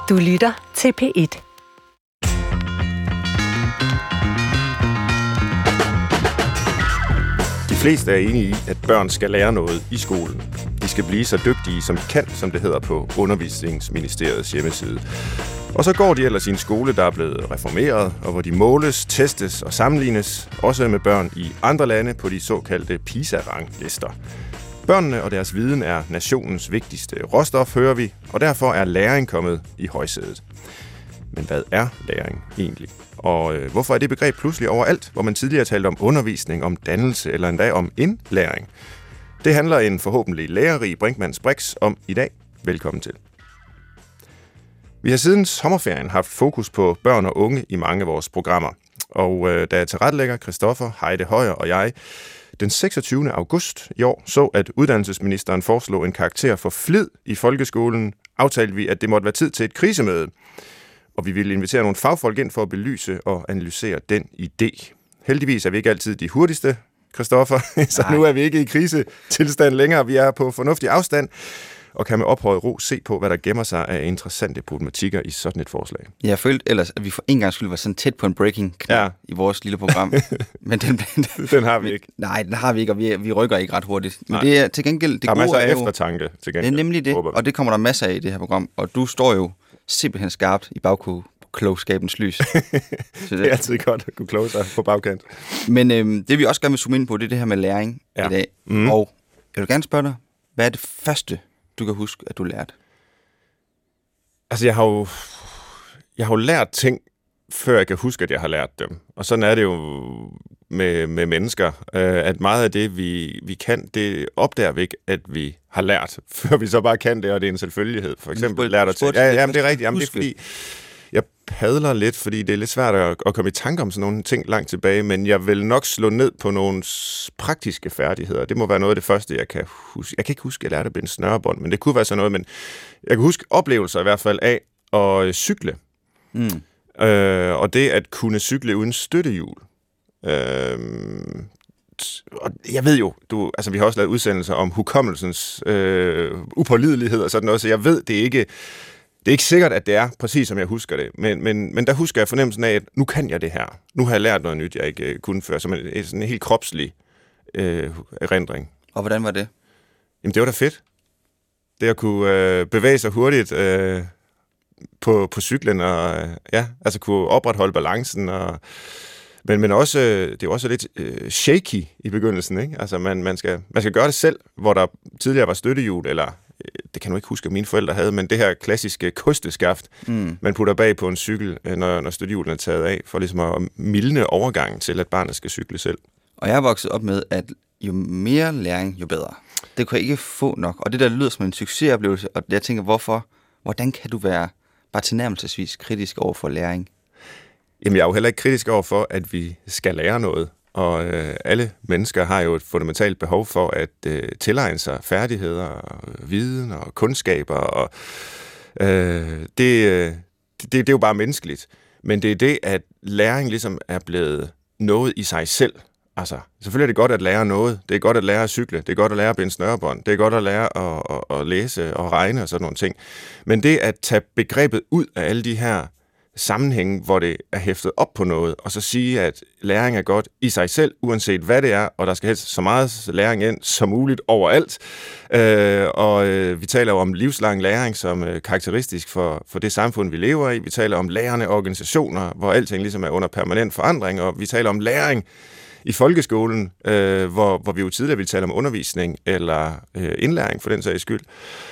Du lytter til P1. De fleste er enige i, at børn skal lære noget i skolen. De skal blive så dygtige, som de kan, som det hedder på Undervisningsministeriets hjemmeside. Og så går de ellers i en skole, der er blevet reformeret, og hvor de måles, testes og sammenlignes, også med børn i andre lande på de såkaldte PISA-ranglister. Børnene og deres viden er nationens vigtigste råstof, hører vi, og derfor er læring kommet i højsædet. Men hvad er læring egentlig? Og hvorfor er det begreb pludselig overalt, hvor man tidligere talte om undervisning, om dannelse eller endda om indlæring? Det handler en forhåbentlig lærerig Brinkmanns Brix om i dag. Velkommen til. Vi har siden sommerferien haft fokus på børn og unge i mange af vores programmer. Og da jeg tilrettelægger Christoffer, Heide Højer og jeg den 26. august i år så, at uddannelsesministeren foreslog en karakter for flid i folkeskolen, aftalte vi, at det måtte være tid til et krisemøde. Og vi ville invitere nogle fagfolk ind for at belyse og analysere den idé. Heldigvis er vi ikke altid de hurtigste, Christoffer, så nu er vi ikke i krisetilstand længere. Vi er på fornuftig afstand og kan med ophøjet ro se på, hvad der gemmer sig af interessante problematikker i sådan et forslag. Jeg følte ellers, at vi for en gang skyld var sådan tæt på en breaking-knap i vores lille program. Men den har vi ikke. Nej, den har vi ikke, og vi rykker ikke ret hurtigt. Men det er til gengæld det gode. Der er masser af er eftertanke til gengæld. Det er nemlig det, og det kommer der masser af i det her program. Og du står jo simpelthen skarpt i bagklogskabens lys. Det er altid godt at kunne kloge sig på bagkant. Men det vi også gerne vil zoome ind på, det er det her med læring i dag. Og jeg vil gerne spørge dig, hvad er det første, du kan huske, at du lærte? Altså, jeg har jo lært ting, før jeg kan huske, at jeg har lært dem. Og sådan er det jo med mennesker, at meget af det, vi kan, det opdager vi ikke, at vi har lært, før vi så bare kan det, og det er en selvfølgelighed. For eksempel lært at tage. Ja, det er rigtigt. Jamen, det er fordi, jeg padler lidt, fordi det er lidt svært at komme i tanke om sådan nogle ting langt tilbage, men jeg vil nok slå ned på nogle praktiske færdigheder. Det må være noget af det første, jeg kan huske. Jeg kan ikke huske, at jeg lærte at binde snørebånd, men det kunne være sådan noget, men jeg kan huske oplevelser i hvert fald af at cykle. Og det at kunne cykle uden støttehjul. Og jeg ved jo, vi har også lavet udsendelser om hukommelsens upålidelighed og sådan noget, så jeg ved, det er ikke sikkert, at det er præcis, som jeg husker det. Men der husker jeg fornemmelsen af, at nu kan jeg det her. Nu har jeg lært noget nyt, jeg ikke kunne før. Som sådan en helt kropslig erindring. Og hvordan var det? Jamen, det var da fedt. Det at kunne bevæge sig hurtigt på cyklen, og kunne opretholde balancen. Men også, det er også lidt shaky i begyndelsen, ikke? Altså, man skal gøre det selv, hvor der tidligere var støttehjul, eller det kan du ikke huske, at mine forældre havde, men det her klassiske kosteskaft, man putter bag på en cykel, når støttehjulen er taget af, for ligesom at mildne overgangen til, at barnet skal cykle selv. Og jeg er vokset op med, at jo mere læring, jo bedre. Det kan jeg ikke få nok. Og det der lyder som en succesoplevelse, og jeg tænker, hvordan kan du være bare tilnærmelsesvis kritisk over for læring? Jamen, jeg er jo heller ikke kritisk over for, at vi skal lære noget. Og alle mennesker har jo et fundamentalt behov for at tilegne sig færdigheder, og viden og kundskaber. Og det er jo bare menneskeligt. Men det er det, at læring ligesom er blevet noget i sig selv. Altså, selvfølgelig er det godt at lære noget. Det er godt at lære at cykle. Det er godt at lære at binde snørebånd. Det er godt at lære at læse og regne og sådan nogle ting. Men det at tage begrebet ud af alle de her sammenhænge, hvor det er hæftet op på noget, og så sige, at læring er godt i sig selv, uanset hvad det er, og der skal helst så meget læring ind som muligt overalt. Vi taler jo om livslang læring som karakteristisk for det samfund, vi lever i. Vi taler om lærende organisationer, hvor alting ligesom er under permanent forandring, og vi taler om læring i folkeskolen, hvor vi jo tidligere ville tale om undervisning eller indlæring for den sags skyld.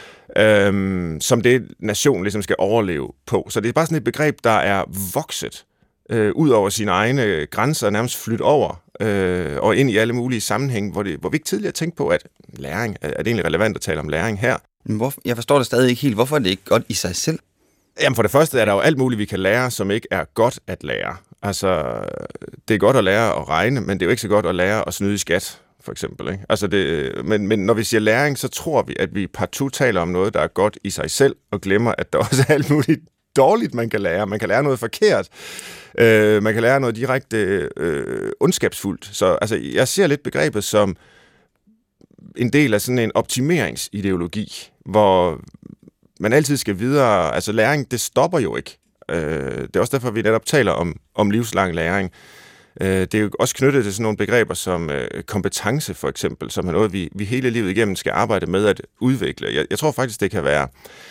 Som det nationen ligesom skal overleve på. Så det er bare sådan et begreb, der er vokset ud over sine egne grænser, nærmest flyttet over og ind i alle mulige sammenhænge, hvor vi ikke tidligere tænkte på, at læring, er det egentlig relevant at tale om læring her? Men jeg forstår det stadig ikke helt. Hvorfor er det ikke godt i sig selv? Jamen for det første er der jo alt muligt, vi kan lære, som ikke er godt at lære. Altså, det er godt at lære at regne, men det er jo ikke så godt at lære at snyde i skat, for eksempel. Ikke? Altså men når vi siger læring, så tror vi, at vi partout taler om noget, der er godt i sig selv, og glemmer, at der også er alt muligt dårligt, man kan lære. Man kan lære noget forkert. Man kan lære noget direkte ondskabsfuldt. Så altså, jeg ser lidt begrebet som en del af sådan en optimeringsideologi, hvor man altid skal videre. Altså læring, det stopper jo ikke. Det er også derfor, vi netop taler om livslang læring. Det er jo også knyttet til sådan nogle begreber som kompetence, for eksempel, som er noget, vi hele livet igennem skal arbejde med at udvikle. Jeg tror faktisk, det kan være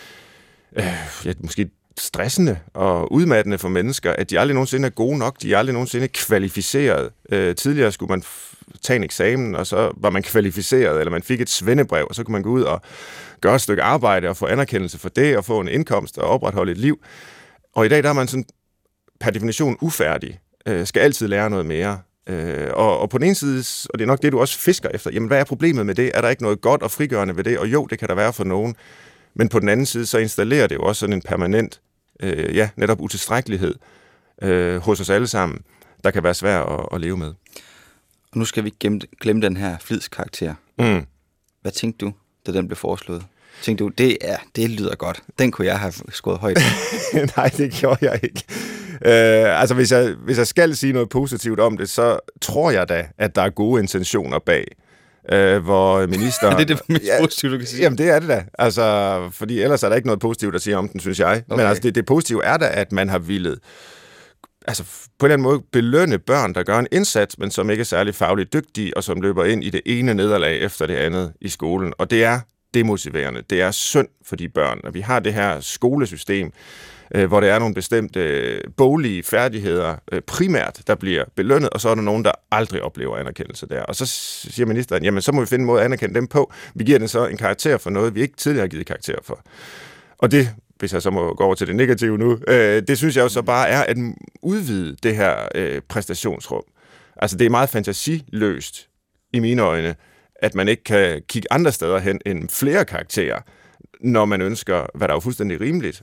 måske stressende og udmattende for mennesker, at de aldrig nogensinde er gode nok, de er aldrig nogensinde kvalificeret. Tidligere skulle man tage en eksamen, og så var man kvalificeret, eller man fik et svendebrev, og så kunne man gå ud og gøre et stykke arbejde og få anerkendelse for det, og få en indkomst og opretholde et liv. Og i dag, der er man sådan per definition ufærdig, skal altid lære noget mere. Og på den ene side, og det er nok det, du også fisker efter, jamen hvad er problemet med det? Er der ikke noget godt og frigørende ved det? Og jo, det kan der være for nogen. Men på den anden side, så installerer det jo også sådan en permanent, netop utilstrækkelighed hos os alle sammen, der kan være svær at leve med. Og nu skal vi ikke glemme den her flidskarakter. Mm. Hvad tænkte du, da den blev foreslået? Tænkte du, det lyder godt. Den kunne jeg have skåret højt. Nej, det gjorde jeg ikke. Altså, hvis jeg skal sige noget positivt om det, så tror jeg da, at der er gode intentioner bag. Hvor minister... det er det mest positive, du kan sige. Jamen, det er det da. Altså, fordi ellers er der ikke noget positivt at sige om den, synes jeg. Okay. Men altså, det positive er da, at man har villet altså på en eller anden måde belønne børn, der gør en indsats, men som ikke er særlig fagligt dygtige, og som løber ind i det ene nederlag efter det andet i skolen. Og det er demotiverende. Det er synd for de børn. Og vi har det her skolesystem, hvor der er nogle bestemte boglige færdigheder primært, der bliver belønnet, og så er der nogen, der aldrig oplever anerkendelse der. Og så siger ministeren, jamen så må vi finde en måde at anerkende dem på. Vi giver den så en karakter for noget, vi ikke tidligere har givet karakter for. Og det, hvis jeg så må gå over til det negative nu, det synes jeg jo så bare er at udvide det her præstationsrum. Altså det er meget fantasiløst i mine øjne, at man ikke kan kigge andre steder hen end flere karakterer, når man ønsker, hvad der er jo fuldstændig rimeligt,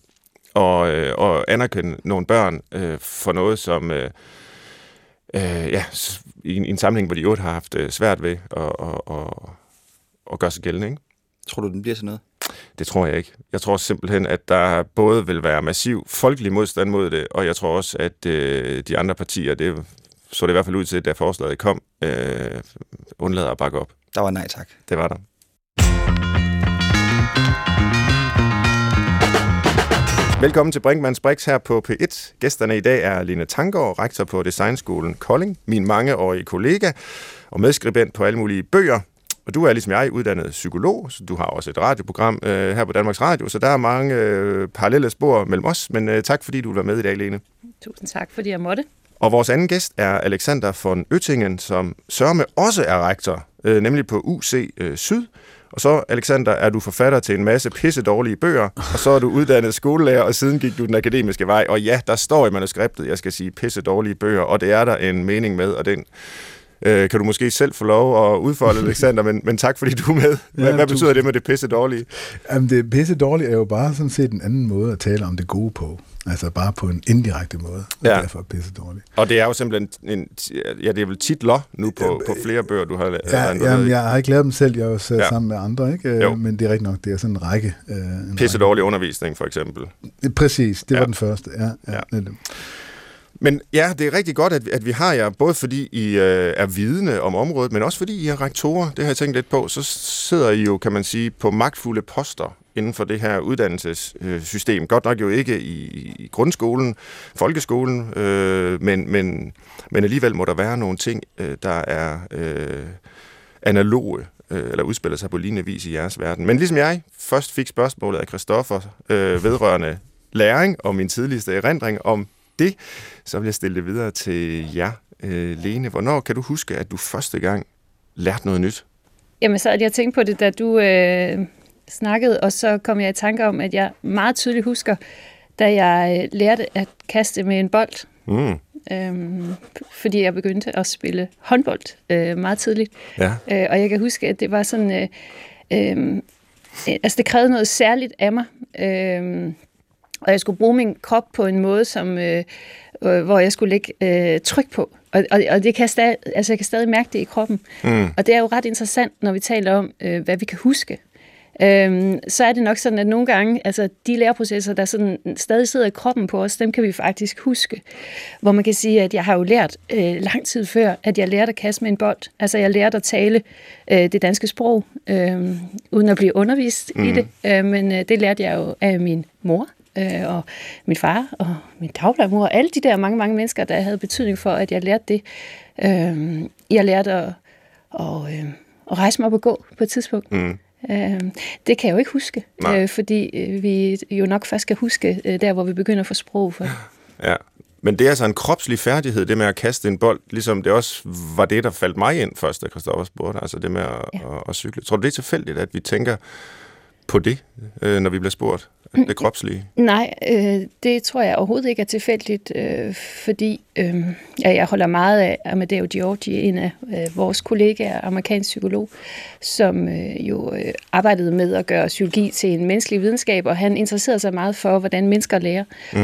og anerkende nogle børn for noget, som i en sammenhæng, hvor de har haft svært ved at gøre sig gældende. Ikke? Tror du, den bliver sådan noget? Det tror jeg ikke. Jeg tror simpelthen, at der både vil være massiv folkelig modstand mod det, og jeg tror også, at de andre partier, det så det i hvert fald ud til, da forslaget kom, undlader at bakke op. Der var nej tak. Det var der. Velkommen til Brinkmanns Brix her på P1. Gæsterne i dag er Line Tanggaard, rektor på Designskolen Kolding, min mangeårige kollega og medskribent på alle mulige bøger. Og du er ligesom jeg uddannet psykolog, så du har også et radioprogram her på Danmarks Radio, så der er mange parallelle spor mellem os, men tak fordi du var med i dag, Lene. Tusind tak, fordi jeg måtte. Og vores anden gæst er Alexander von Oettingen, som sørme også er rektor, nemlig på UC Syd. Og så, Alexander, er du forfatter til en masse pissedårlige bøger, og så er du uddannet skolelærer, og siden gik du den akademiske vej. Og ja, der står i manuskriptet, jeg skal sige pissedårlige bøger, og det er der en mening med, og den kan du måske selv få lov at udfolde, Alexander, men tak fordi du er med. Hvad betyder det med det pissedårlige? Jamen, det pissedårlige er jo bare sådan set en anden måde at tale om det gode på. Altså bare på en indirekte måde, og derfor pissedårligt. Og det er jo simpelthen det er vel titler nu på flere bøger, du har lavet. Jamen, jeg har ikke lavet dem selv, jeg er jo sammen med andre, ikke? Men det er rigtigt nok, det er sådan en række. Pissedårlig undervisning, for eksempel. Præcis, det var den første, ja. Men ja, det er rigtig godt, at vi har jer, både fordi I er vidende om området, men også fordi I er rektorer. Det har jeg tænkt lidt på. Så sidder I jo, kan man sige, på magtfulde poster inden for det her uddannelsessystem. Godt nok jo ikke i grundskolen, folkeskolen, men alligevel må der være nogle ting, der er analoge, eller udspiller sig på lignende vis i jeres verden. Men ligesom jeg først fik spørgsmålet af Christoffer vedrørende læring og min tidligste erindring om det, så vil jeg stille det videre til jer, Lene. Hvornår kan du huske, at du første gang lærte noget nyt? Jamen, så havde jeg tænkt på det, da du snakkede, og så kom jeg i tanke om, at jeg meget tydeligt husker, da jeg lærte at kaste med en bold. Fordi jeg begyndte at spille håndbold meget tidligt. Ja. Og jeg kan huske, at det var sådan... det krævede noget særligt af mig. Og jeg skulle bruge min krop på en måde, som, hvor jeg skulle lægge tryk på. Og det kan jeg kan stadig mærke det i kroppen. Og det er jo ret interessant, når vi taler om, hvad vi kan huske. så er det nok sådan, at nogle gange, altså de læreprocesser, der sådan stadig sidder i kroppen på os, dem kan vi faktisk huske. Hvor man kan sige, at jeg har jo lært lang tid før, at jeg lærte at kaste med en bold. Altså jeg lærte at tale det danske sprog, uden at blive undervist i det. Men det lærte jeg jo af min mor, og min far, og min dagplejemor, og alle de der mange mennesker, der havde betydning for, at jeg lærte det. Jeg lærte at rejse mig op og gå på et tidspunkt. Det kan jeg jo ikke huske, fordi vi jo nok først skal huske der, hvor vi begynder at få sprog for. Ja, men det er altså en kropslig færdighed, det med at kaste en bold, ligesom det også var det, der faldt mig ind først, da Christoffer spurgte, altså det med at cykle. Tror du, det er tilfældigt, at vi tænker på det, når vi bliver spurgt? Det kropslige? Nej, det tror jeg overhovedet ikke er tilfældigt, fordi jeg holder meget af Amadeo Giorgi, en af vores kollegaer, amerikansk psykolog, som jo arbejdede med at gøre psykologi til en menneskelig videnskab, og han interesserede sig meget for, hvordan mennesker lærer.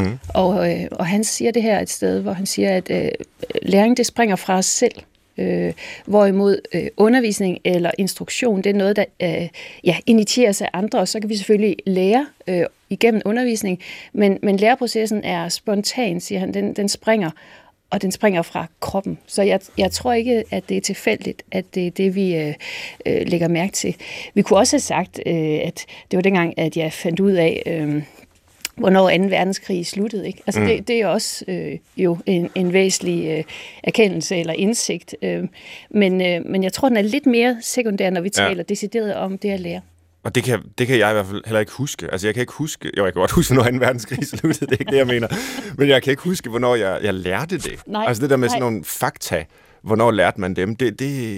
Og han siger det her et sted, hvor han siger, at læring, det springer fra os selv. Hvorimod undervisning eller instruktion, det er noget, der initieres af andre, og så kan vi selvfølgelig lære igennem undervisning, men læreprocessen er spontan, siger han, den springer, og den springer fra kroppen. Så jeg tror ikke, at det er tilfældigt, at det er det, vi lægger mærke til. Vi kunne også have sagt, at det var dengang, at jeg fandt ud af, hvornår 2. verdenskrig sluttede, ikke? Altså det er også jo en væsentlig erkendelse eller indsigt, men jeg tror, den er lidt mere sekundær, når vi taler decideret om det at lære. Og det kan jeg i hvert fald heller ikke huske. Altså jeg kan ikke huske, jeg kan godt huske, hvornår 2. verdenskrig sluttede, det er ikke det, jeg mener, men jeg kan ikke huske, hvornår jeg lærte det. Nej, altså det der med sådan nogle fakta, hvornår lærte man dem, det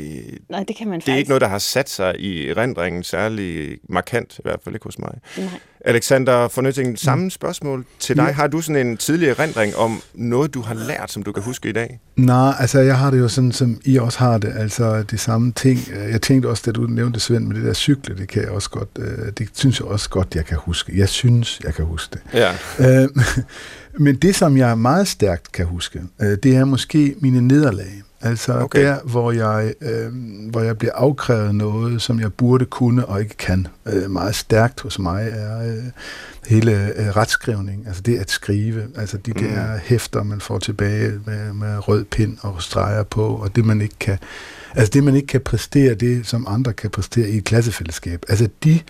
kan man det er ikke noget, der har sat sig i erindringen særlig markant, i hvert fald ikke hos mig. Nej. Alexander von Oettingen, samme spørgsmål til dig. Ja. Har du sådan en tidlig erindring om noget, du har lært, som du kan huske i dag? Nej, altså jeg har det jo sådan, som I også har det, altså det samme ting. Jeg tænkte også, da du nævnte, Svend, med det der cykle, det kan jeg også godt, det synes jeg også godt, jeg kan huske. Jeg synes, jeg kan huske det. Ja. Men det, som jeg meget stærkt kan huske, det er måske mine nederlag. Altså der, hvor jeg bliver afkrævet noget, som jeg burde kunne og ikke kan. Meget stærkt hos mig er hele retskrivning, altså det at skrive, altså de der hæfter, man får tilbage med rød pind og streger på, og det man ikke kan, altså det man ikke kan præstere, det som andre kan præstere i et klassefællesskab. Altså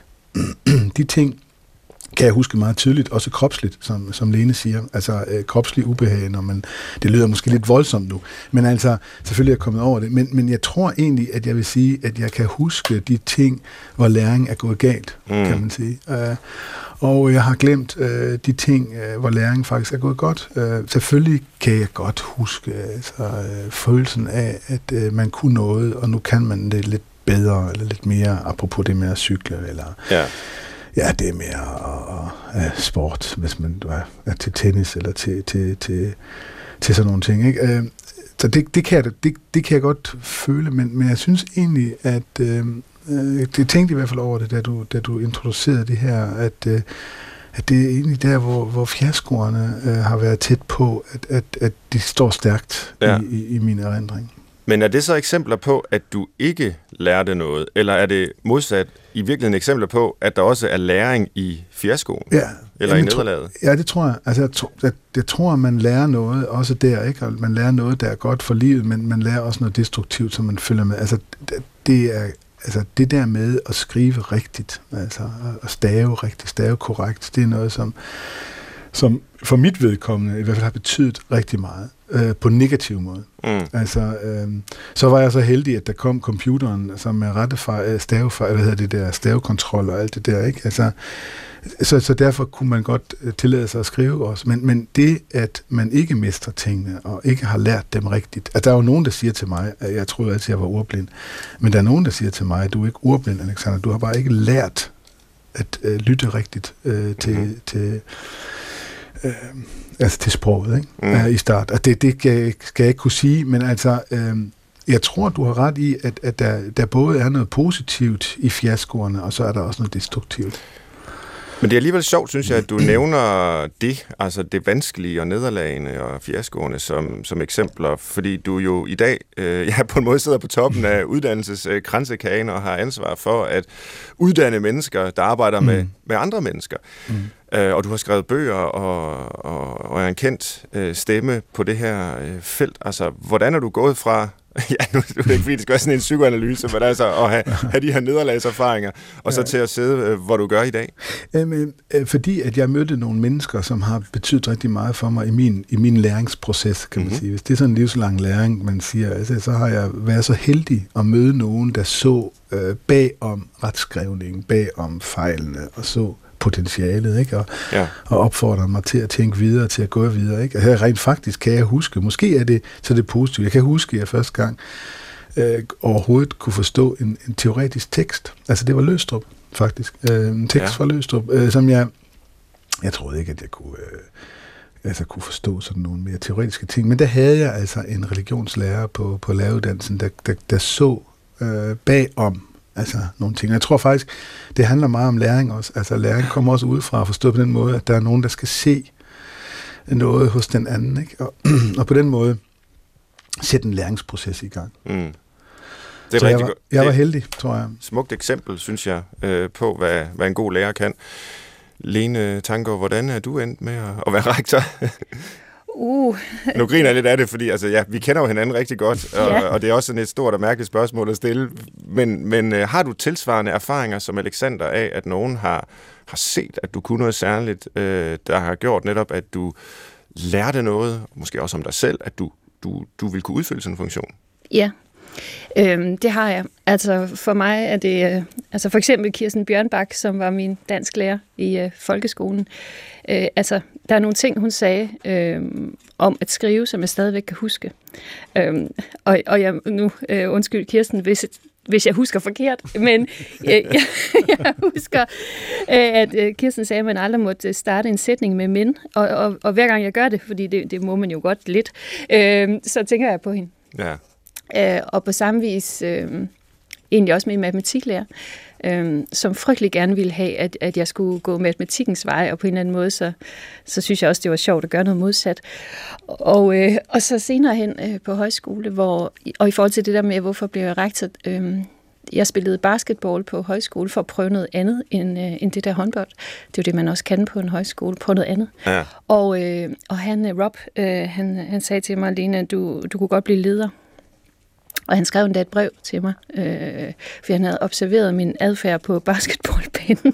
de ting kan jeg huske meget tydeligt, også kropsligt, som Lene siger. Altså kropslig ubehag, det lyder måske lidt voldsomt nu, men altså selvfølgelig er jeg kommet over det. Men jeg tror egentlig, at jeg vil sige, at jeg kan huske de ting, hvor læring er gået galt, kan man sige. Og jeg har glemt de ting, hvor læring faktisk er gået godt. Selvfølgelig kan jeg godt huske følelsen af, at man kunne noget, og nu kan man det lidt bedre, eller lidt mere, apropos det med at cykle, eller... Ja, det er mere sport, hvis man er til tennis eller til sådan nogle ting, ikke? Så det kan jeg godt føle, men jeg synes egentlig, at det tænkte i hvert fald over det, da du introducerede det her, at det er egentlig der, hvor fiaskoerne har været tæt på, at de står stærkt i min erindring. Men er det så eksempler på, at du ikke lærte noget, eller er det modsat i virkeligheden eksempler på, at der også er læring i fiaskoen? Ja. Eller i nederlaget? Ja, det tror jeg. Altså, jeg tror, at man lærer noget også der, ikke? Og man lærer noget, der er godt for livet, men man lærer også noget destruktivt, som man følger med. Altså, det der med at skrive rigtigt, altså at stave rigtigt, stave korrekt, det er noget, som for mit vedkommende i hvert fald har betydet rigtig meget. På en negativ måde. Altså, så var jeg så heldig, at der kom computeren, som med stavekontrol og alt det der, ikke? Altså, så derfor kunne man godt tillade sig at skrive også. Men det, at man ikke mestrer tingene, og ikke har lært dem rigtigt. Altså, der er jo nogen, der siger til mig, at jeg troede altid, jeg var ordblind. Men der er nogen, der siger til mig, at du er ikke ordblind, Alexander. Du har bare ikke lært at lytte rigtigt til sproget, ikke? I start. Og det skal jeg ikke kunne sige, men altså, jeg tror, du har ret i, at der både er noget positivt i fiaskoerne, og så er der også noget destruktivt. Men det er alligevel sjovt, synes jeg, at du nævner det, altså det vanskelige og nederlagene og fiaskoerne som eksempler, fordi du jo i dag på en måde sidder på toppen af uddannelseskransekagene og har ansvar for at uddanne mennesker, der arbejder med andre mennesker. Og du har skrevet bøger og er en kendt stemme på det her felt. Altså, hvordan er du gået fra... Ja, nu er det ikke fordi, det skal være sådan en psykoanalyse, men altså at have de her nederlagserfaringer, og så til at sidde, hvor du gør i dag? Fordi at jeg mødte nogle mennesker, som har betydet rigtig meget for mig i min læringsproces, kan man sige. Hvis det er sådan en livslang læring, man siger, altså, så har jeg været så heldig at møde nogen, der så bag om retskrivningen, bag om fejlene, og så potentialet, ikke? Og opfordrer mig til at tænke videre, til at gå videre, ikke? Altså, rent faktisk kan jeg huske, måske er det så det positive, jeg kan huske, at jeg første gang overhovedet kunne forstå en teoretisk tekst. Altså det var Løgstrup, faktisk. En tekst fra Løgstrup, som jeg troede ikke, at jeg kunne forstå sådan nogle mere teoretiske ting, men der havde jeg altså en religionslærer på læreruddannelsen, der så bagom altså nogle ting. Jeg tror faktisk, det handler meget om læring også. Altså læring kommer også udefra at forstå på den måde, at der er nogen, der skal se noget hos den anden, ikke? Og på den måde sætte en læringsproces i gang. Det er så jeg var heldig, tror jeg. Smukt eksempel, synes jeg, på, hvad en god lærer kan. Lene Tanggaard, hvordan er du endt med at være rektor? Nu griner jeg lidt af det, fordi altså, vi kender jo hinanden rigtig godt, og det er også sådan et stort og mærkeligt spørgsmål at stille. Men har du tilsvarende erfaringer som Alexander af, at nogen har set, at du kunne noget særligt, der har gjort netop, at du lærte noget, måske også om dig selv, at du vil kunne udfylde sådan en funktion? Ja. Det har jeg. Altså for mig er det, altså for eksempel Kirsten Bjørnbak, som var min dansklærer i folkeskolen. Altså der er nogle ting, hun sagde om at skrive, som jeg stadigvæk kan huske. Og jeg nu undskyld Kirsten, hvis jeg husker forkert, men jeg husker, at Kirsten sagde, at man aldrig måtte starte en sætning med men, og hver gang jeg gør det, fordi det må man jo godt lidt, så tænker jeg på hende. Ja. Og på samme vis egentlig også med en matematiklærer, som frygtelig gerne ville have, at jeg skulle gå matematikkens vej, og på en eller anden måde, så synes jeg også, det var sjovt at gøre noget modsat. Og så senere hen på højskole, og i forhold til det der med, hvorfor blev jeg rektor, jeg spillede basketball på højskole for at prøve noget andet end det der håndbold. Det er jo det, man også kan på en højskole, prøve noget andet. Ja. Og Rob, han sagde til mig, Lena, du kunne godt blive leder. Og han skrev endda et brev til mig, for han havde observeret min adfærd på basketballbanen.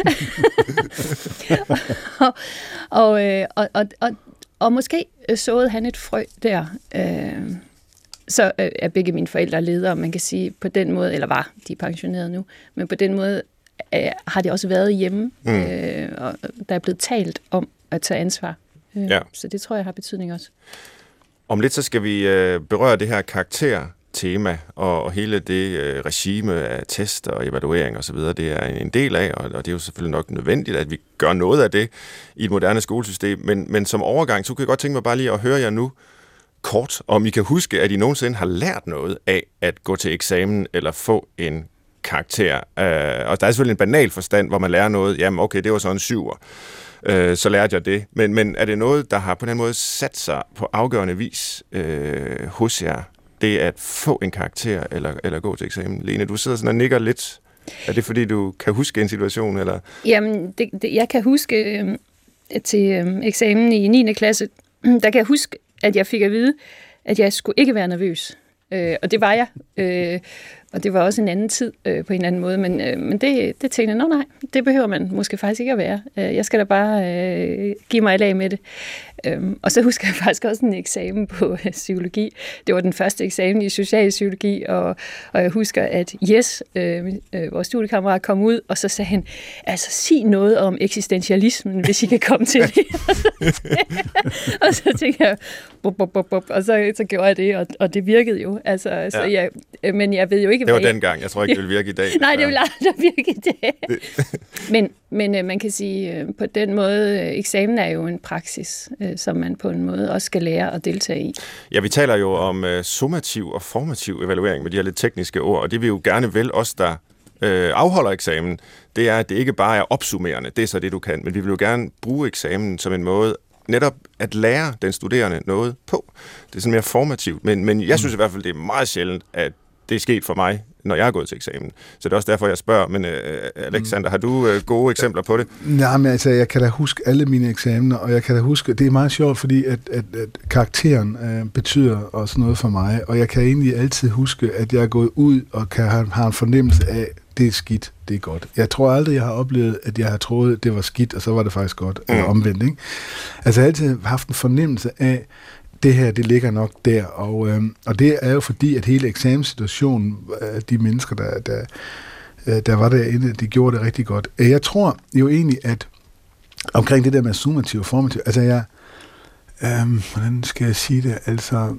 Okay. og måske såede han et frø der. Så er begge mine forældre ledere, man kan sige på den måde, eller var de pensioneret nu, men på den måde har det også været hjemme, og der er blevet talt om at tage ansvar. Så det tror jeg har betydning også. Om lidt så skal vi berøre det her karaktertema og hele det regime af tester og evaluering og så videre, det er en del af, og det er jo selvfølgelig nok nødvendigt, at vi gør noget af det i et moderne skolesystem, men som overgang, så kunne jeg godt tænke mig bare lige at høre jer nu kort, om I kan huske, at I nogensinde har lært noget af at gå til eksamen eller få en karakter. Og der er selvfølgelig en banal forstand, hvor man lærer noget, jamen okay, det var så en 7'er. Så lærte jeg det. Men er det noget, der har på den måde sat sig på afgørende vis hos jer, det at få en karakter eller gå til eksamen? Lene, du sidder sådan og nikker lidt. Er det fordi, du kan huske en situation? Eller? Jamen, jeg kan huske til eksamen i 9. klasse, der kan jeg huske, at jeg fik at vide, at jeg skulle ikke være nervøs. Og det var jeg. Og det var også en anden tid på en eller anden måde. Men det tænkte jeg, nej, det behøver man måske faktisk ikke at være. Jeg skal da bare give mig et lag med det. Og så husker jeg faktisk også en eksamen på psykologi. Det var den første eksamen i socialpsykologi, og jeg husker, at vores studiekammerat kom ud, og så sagde han, altså sig noget om eksistentialismen, hvis I kan komme til det. Og så tænkte jeg, og så gjorde jeg det, og det virkede jo. Altså, så men jeg ved jo ikke, det var dengang. Jeg tror ikke, det vil virke i dag. Nej, det vil aldrig virke i dag. Men man kan sige, på den måde, eksamen er jo en praksis, som man på en måde også skal lære at deltage i. Ja, vi taler jo om summativ og formativ evaluering med de her lidt tekniske ord, og det vil jo gerne vel os, der afholder eksamen, det er, at det ikke bare er opsummerende, det er så det, du kan, men vi vil jo gerne bruge eksamen som en måde netop at lære den studerende noget på. Det er sådan mere formativt, men jeg synes i hvert fald, det er meget sjældent, at det er sket for mig, når jeg er gået til eksamen. Så det er også derfor, jeg spørger. Men Alexander, har du gode eksempler på det? Nej, men altså, jeg kan da huske alle mine eksamener, og jeg kan da huske, det er meget sjovt, fordi at karakteren betyder også noget for mig, og jeg kan egentlig altid huske, at jeg er gået ud og har en fornemmelse af, det er skidt, det er godt. Jeg tror aldrig, jeg har oplevet, at jeg har troet, det var skidt, og så var det faktisk godt, eller omvendt, ikke? Altså, jeg har altid haft en fornemmelse af, det her, det ligger nok der, og det er jo fordi, at hele eksamenssituationen, de mennesker, der var derinde, de gjorde det rigtig godt. Jeg tror jo egentlig, at omkring det der med summativ og formativ, altså hvordan skal jeg sige det, altså,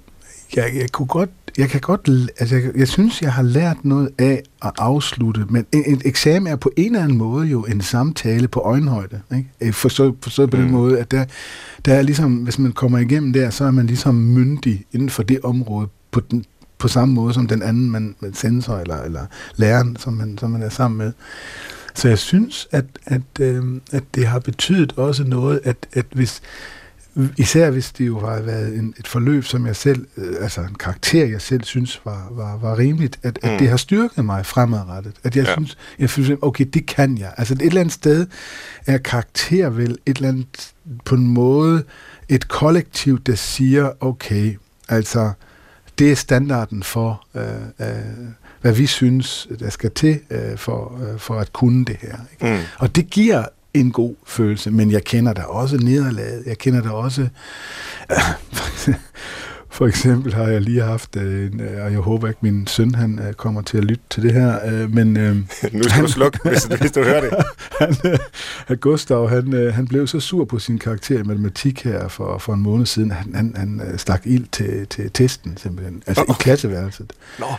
jeg synes, jeg har lært noget af at afslutte, men en eksamen er på en eller anden måde jo en samtale på øjenhøjde, ikke? Forstået på den måde, at der er ligesom, hvis man kommer igennem der, så er man ligesom myndig inden for det område på samme måde som den anden, man sensor eller læreren, som man er sammen med. Så jeg synes, at det har betydet også noget, at især hvis det jo har været et forløb, som jeg selv, altså en karakter, jeg selv synes var rimeligt, at det har styrket mig fremadrettet. At jeg synes, okay, det kan jeg. Altså et eller andet sted er karakter vel et eller andet på en måde et kollektiv, der siger, okay, altså det er standarden for, hvad vi synes, der skal til for at kunne det her. Ikke? Og det giver en god følelse, men jeg kender da også nederlaget. Jeg kender da også for eksempel har jeg lige haft og jeg håber ikke min søn han kommer til at lytte til det her, men nu skal du slukke, hvis du hører det. Gustav, han blev så sur på sin karakter i matematik her for en måned siden. Han stak ild til testen simpelthen, altså i klasseværelset.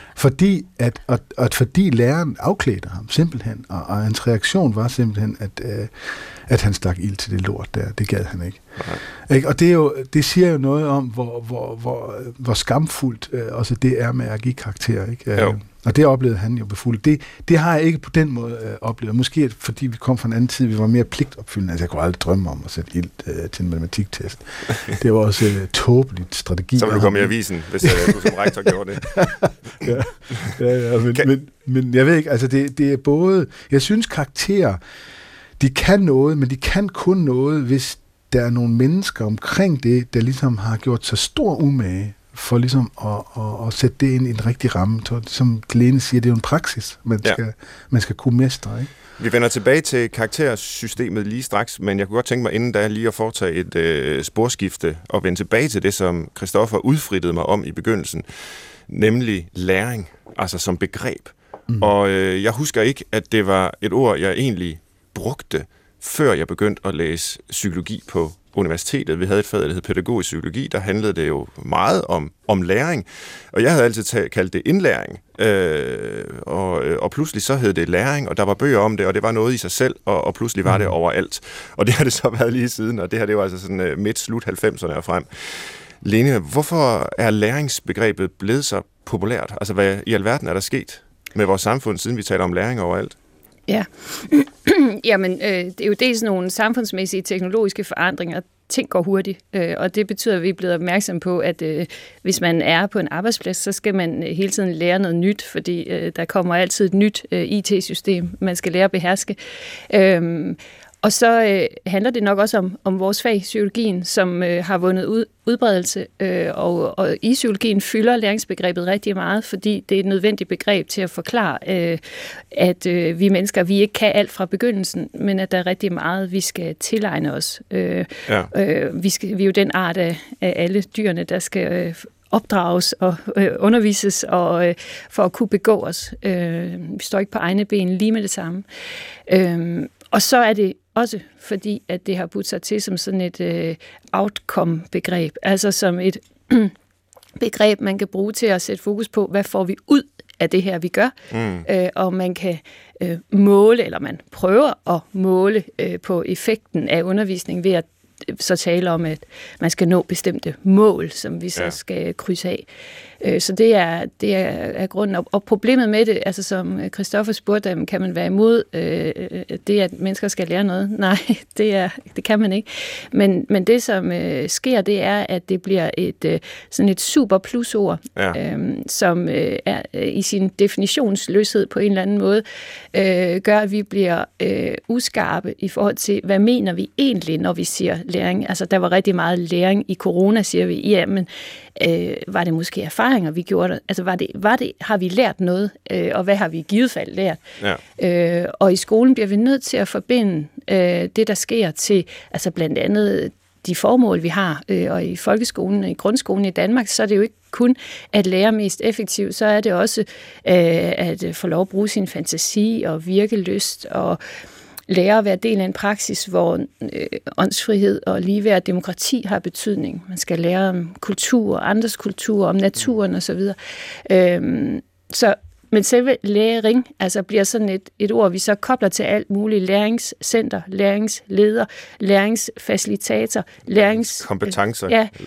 Fordi læreren afklædte ham simpelthen, og hans reaktion var simpelthen, at han stak ild til det lort der. Det gad han ikke. Ikke? Og det siger jo noget om, hvor skamfuldt også det er med at give karakter. Ikke? Og det oplevede han jo befuldt. Det har jeg ikke på den måde oplevet. Måske fordi vi kom fra en anden tid, vi var mere pligtopfyldende. Altså jeg kunne aldrig drømme om at sætte ild til en matematiktest. Det var også tåbeligt strategi. Så vil du komme i avisen, hvis du som rektor gjorde det. Men jeg ved ikke, altså det er både, jeg synes karakterer, de kan noget, men de kan kun noget, hvis der er nogle mennesker omkring det, der ligesom har gjort sig stor umage for ligesom at sætte det ind i en rigtig ramme. Som Lene siger, det er jo en praksis, man skal kunne mestre, ikke? Vi vender tilbage til karaktersystemet lige straks, men jeg kunne godt tænke mig inden da lige at foretage et sporskifte og vende tilbage til det, som Christoffer udfrittede mig om i begyndelsen, nemlig læring, altså som begreb. Og jeg husker ikke, at det var et ord, jeg egentlig brugte, før jeg begyndte at læse psykologi på universitetet. Vi havde et fag, der hed pædagogisk psykologi, der handlede det jo meget om læring, og jeg havde altid kaldt det indlæring, og pludselig så hed det læring, og der var bøger om det, og det var noget i sig selv, og pludselig var det overalt. Og det har det så været lige siden, og det her det var altså sådan midt-slut 90'erne og frem. Lene, hvorfor er læringsbegrebet blevet så populært? Altså, hvad i alverden er der sket med vores samfund, siden vi taler om læring overalt? Ja, jamen det er jo dels nogle samfundsmæssige teknologiske forandringer. Ting går hurtigt, og det betyder, at vi er blevet opmærksom på, at hvis man er på en arbejdsplads, så skal man hele tiden lære noget nyt, fordi der kommer altid et nyt IT-system, man skal lære at beherske. Og så handler det nok også om vores fag, psykologien, som har vundet udbredelse, og i psykologien fylder læringsbegrebet rigtig meget, fordi det er et nødvendigt begreb til at forklare, at vi mennesker, vi ikke kan alt fra begyndelsen, men at der er rigtig meget, vi skal tilegne os. Vi er jo den art af alle dyrene, der skal opdrages og undervises og for at kunne begå os. Vi står ikke på egne ben lige med det samme. Og så er det også fordi, at det har budt sig til som sådan et outcome-begreb, altså som et begreb, man kan bruge til at sætte fokus på, hvad får vi ud af det her, vi gør, og man kan måle, eller man prøver at måle på effekten af undervisning ved at så tale om, at man skal nå bestemte mål, som vi så skal krydse af. Så det er grunden. Og problemet med det, altså som Christoffer spurgte, kan man være imod det, at mennesker skal lære noget? Nej, det kan man ikke. Men det, som sker, det er, at det bliver sådan et super plusord, som er i sin definitionsløshed på en eller anden måde, gør, at vi bliver uskarpe i forhold til, hvad mener vi egentlig, når vi siger læring. Altså, der var rigtig meget læring i corona, siger vi. Ja, men var det måske erfaringer, vi gjorde? Altså, har vi lært noget? Og hvad har vi i givet fald lært? Ja. Og i skolen bliver vi nødt til at forbinde det, der sker til, altså blandt andet de formål, vi har, og i folkeskolen, i grundskolen i Danmark, så er det jo ikke kun at lære mest effektivt, så er det også at få lov at bruge sin fantasi og virkelyst og lære at være del af en praksis, hvor åndsfrihed og ligeværd og demokrati har betydning. Man skal lære om kultur, andres kultur, om naturen osv. Men selve læring altså bliver sådan et ord, vi så kobler til alt muligt. Læringscenter, læringsleder, læringsfacilitator, kompetencer,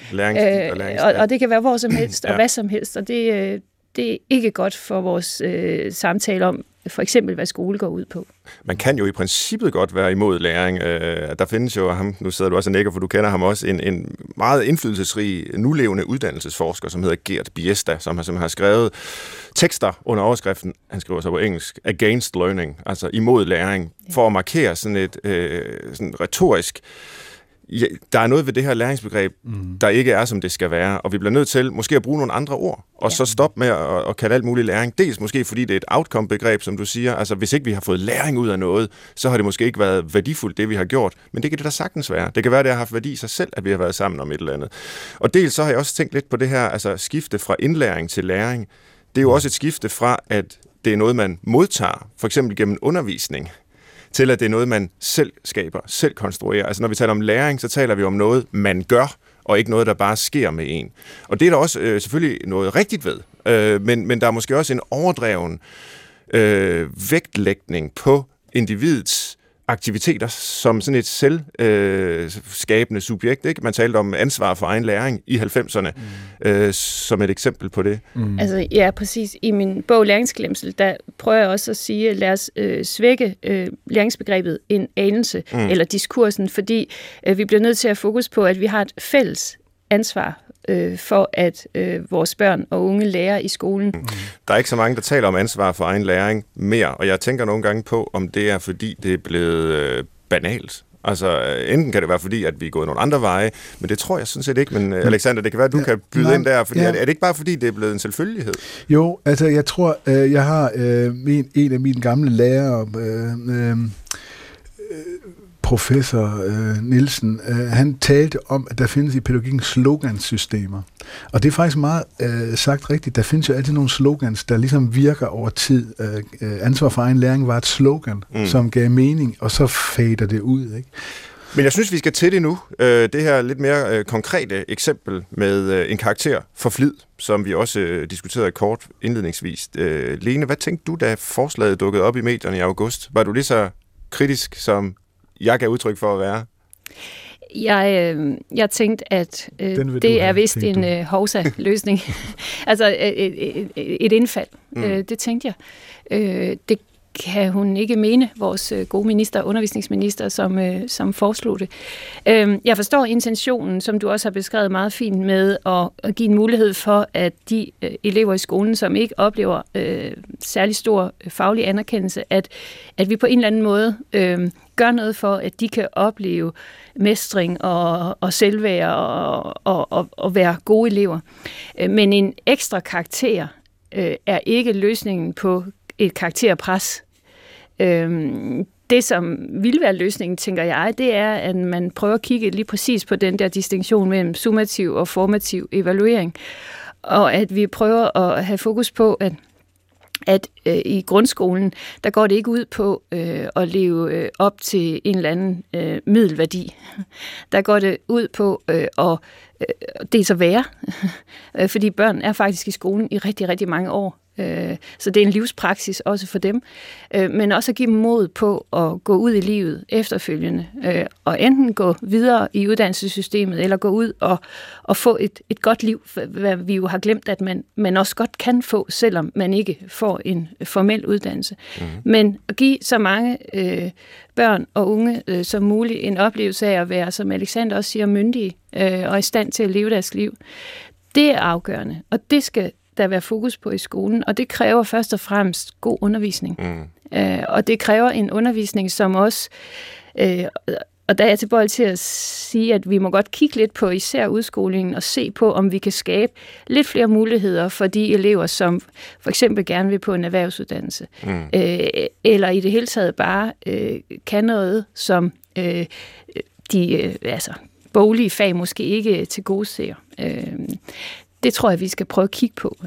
og det kan være hvor som helst og hvad som helst, og det er ikke godt for vores samtale om, for eksempel, hvad skole går ud på. Man kan jo i princippet godt være imod læring. Der findes jo ham, nu sidder du også og nikker, for du kender ham også, en meget indflydelsesrig, nulevende uddannelsesforsker, som hedder Geert Biesta, som har skrevet tekster under overskriften, han skriver så på engelsk, Against Learning, altså imod læring, for at markere sådan et sådan retorisk. Ja, der er noget ved det her læringsbegreb, der ikke er, som det skal være, og vi bliver nødt til måske at bruge nogle andre ord, og så stoppe med at kalde alt muligt læring. Dels måske, fordi det er et outcome-begreb, som du siger. Altså, hvis ikke vi har fået læring ud af noget, så har det måske ikke været værdifuldt, det vi har gjort. Men det kan det da sagtens være. Det kan være, det har haft værdi i sig selv, at vi har været sammen om et eller andet. Og dels så har jeg også tænkt lidt på det her, altså skifte fra indlæring til læring. Det er jo også et skifte fra, at det er noget, man modtager, for eksempel gennem undervisning, til at det er noget, man selv skaber, selv konstruerer. Altså når vi taler om læring, så taler vi om noget, man gør, og ikke noget, der bare sker med en. Og det er der også selvfølgelig noget rigtigt ved, men der er måske også en overdreven vægtlægning på individets aktiviteter som sådan et selvskabende subjekt. Ikke? Man talte om ansvar for egen læring i 90'erne som et eksempel på det. Altså, ja, præcis. I min bog Læringsglemsel, der prøver jeg også at sige, lad os svække læringsbegrebet en anelse, eller diskursen, fordi vi bliver nødt til at fokus på, at vi har et fælles ansvar for, at vores børn og unge lærer i skolen. Der er ikke så mange, der taler om ansvar for egen læring mere, og jeg tænker nogle gange på, om det er, fordi det er blevet banalt. Altså, enten kan det være, fordi at vi er gået nogle andre veje, men det tror jeg sådan set ikke. Men Alexander, det kan være, at du kan byde ind der, fordi er det ikke bare, fordi det er blevet en selvfølgelighed? Jo, altså, jeg tror, jeg har en af mine gamle lærere, professor Nielsen, han talte om, at der findes i pædagogikken slogansystemer. Og det er faktisk meget sagt rigtigt. Der findes jo altid nogle slogans, der ligesom virker over tid. Ansvar for egen læring var et slogan, som gav mening, og så fader det ud, ikke? Men jeg synes, vi skal til det nu. Det her lidt mere konkrete eksempel med en karakter for flid, som vi også diskuterede kort indledningsvis. Lene, hvad tænkte du, da forslaget dukkede op i medierne i august? Var du lige så kritisk, som jeg gav udtryk for at være? Jeg tænkte, at det er vist en hovsa-løsning. Altså et indfald. Det tænkte jeg. Det kan hun ikke mene, vores gode minister, undervisningsminister, som foreslog det. Jeg forstår intentionen, som du også har beskrevet meget fint, med at give en mulighed for, at de elever i skolen, som ikke oplever særlig stor faglig anerkendelse, at vi på en eller anden måde gør noget for, at de kan opleve mestring og selvværd og være gode elever. Men en ekstra karakter er ikke løsningen på et karakterpres. Det, som vil være løsningen, tænker jeg, det er, at man prøver at kigge lige præcis på den der distinktion mellem summativ og formativ evaluering, og at vi prøver at have fokus på, at i grundskolen, der går det ikke ud på at leve op til en eller anden middelværdi. Der går det ud på det er så værre, fordi børn er faktisk i skolen i rigtig, rigtig mange år. Så det er en livspraksis også for dem. Men også at give dem mod på at gå ud i livet efterfølgende, og enten gå videre i uddannelsessystemet, eller gå ud og få et godt liv, hvad vi jo har glemt, at man også godt kan få, selvom man ikke får en formel uddannelse. Men at give så mange børn og unge som muligt en oplevelse af at være, som Alexander også siger, myndige og i stand til at leve deres liv, det er afgørende, og det skal der være fokus på i skolen, og det kræver først og fremmest god undervisning. Og det kræver en undervisning, som også, og der er jeg tilbøjelig til at sige, at vi må godt kigge lidt på især udskolingen og se på, om vi kan skabe lidt flere muligheder for de elever, som for eksempel gerne vil på en erhvervsuddannelse, eller i det hele taget bare kan noget, som de boglige fag måske ikke tilgodeser. Det tror jeg, vi skal prøve at kigge på.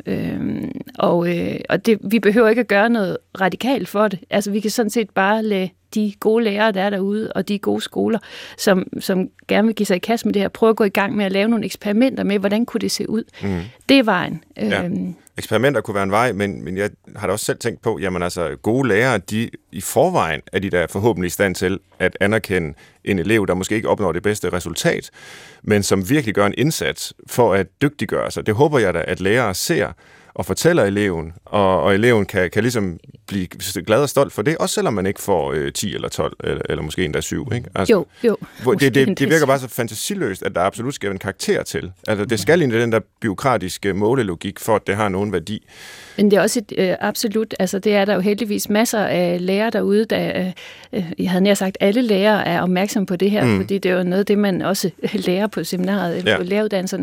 Og det, vi behøver ikke at gøre noget radikalt for det. Altså, vi kan sådan set bare lade de gode lærere, der er derude, og de gode skoler, som gerne vil give sig i kast med det her, prøve at gå i gang med at lave nogle eksperimenter med, hvordan kunne det se ud. Det er vejen. Ja. Eksperimenter kunne være en vej, men jeg har da også selv tænkt på, jamen altså, gode lærere, de i forvejen er de der forhåbentlig i stand til at anerkende en elev, der måske ikke opnår det bedste resultat, men som virkelig gør en indsats for at dygtiggøre sig. Det håber jeg da, at lærere ser og fortæller eleven, og eleven kan ligesom blive glad og stolt for det, også selvom man ikke får 10 eller 12, eller måske endda 7. Ikke? Altså, jo. Det virker bare så fantasiløst, at der absolut skal en karakter til. Altså, det skal egentlig den der bureaukratiske målelogik, for at det har nogen værdi. Men det er også absolut, altså det er der jo heldigvis masser af lærere derude, der, jeg havde nær sagt, alle lærere er opmærksom på det her, fordi det er jo noget af det, man også lærer på seminariet, eller på læreruddannelserne.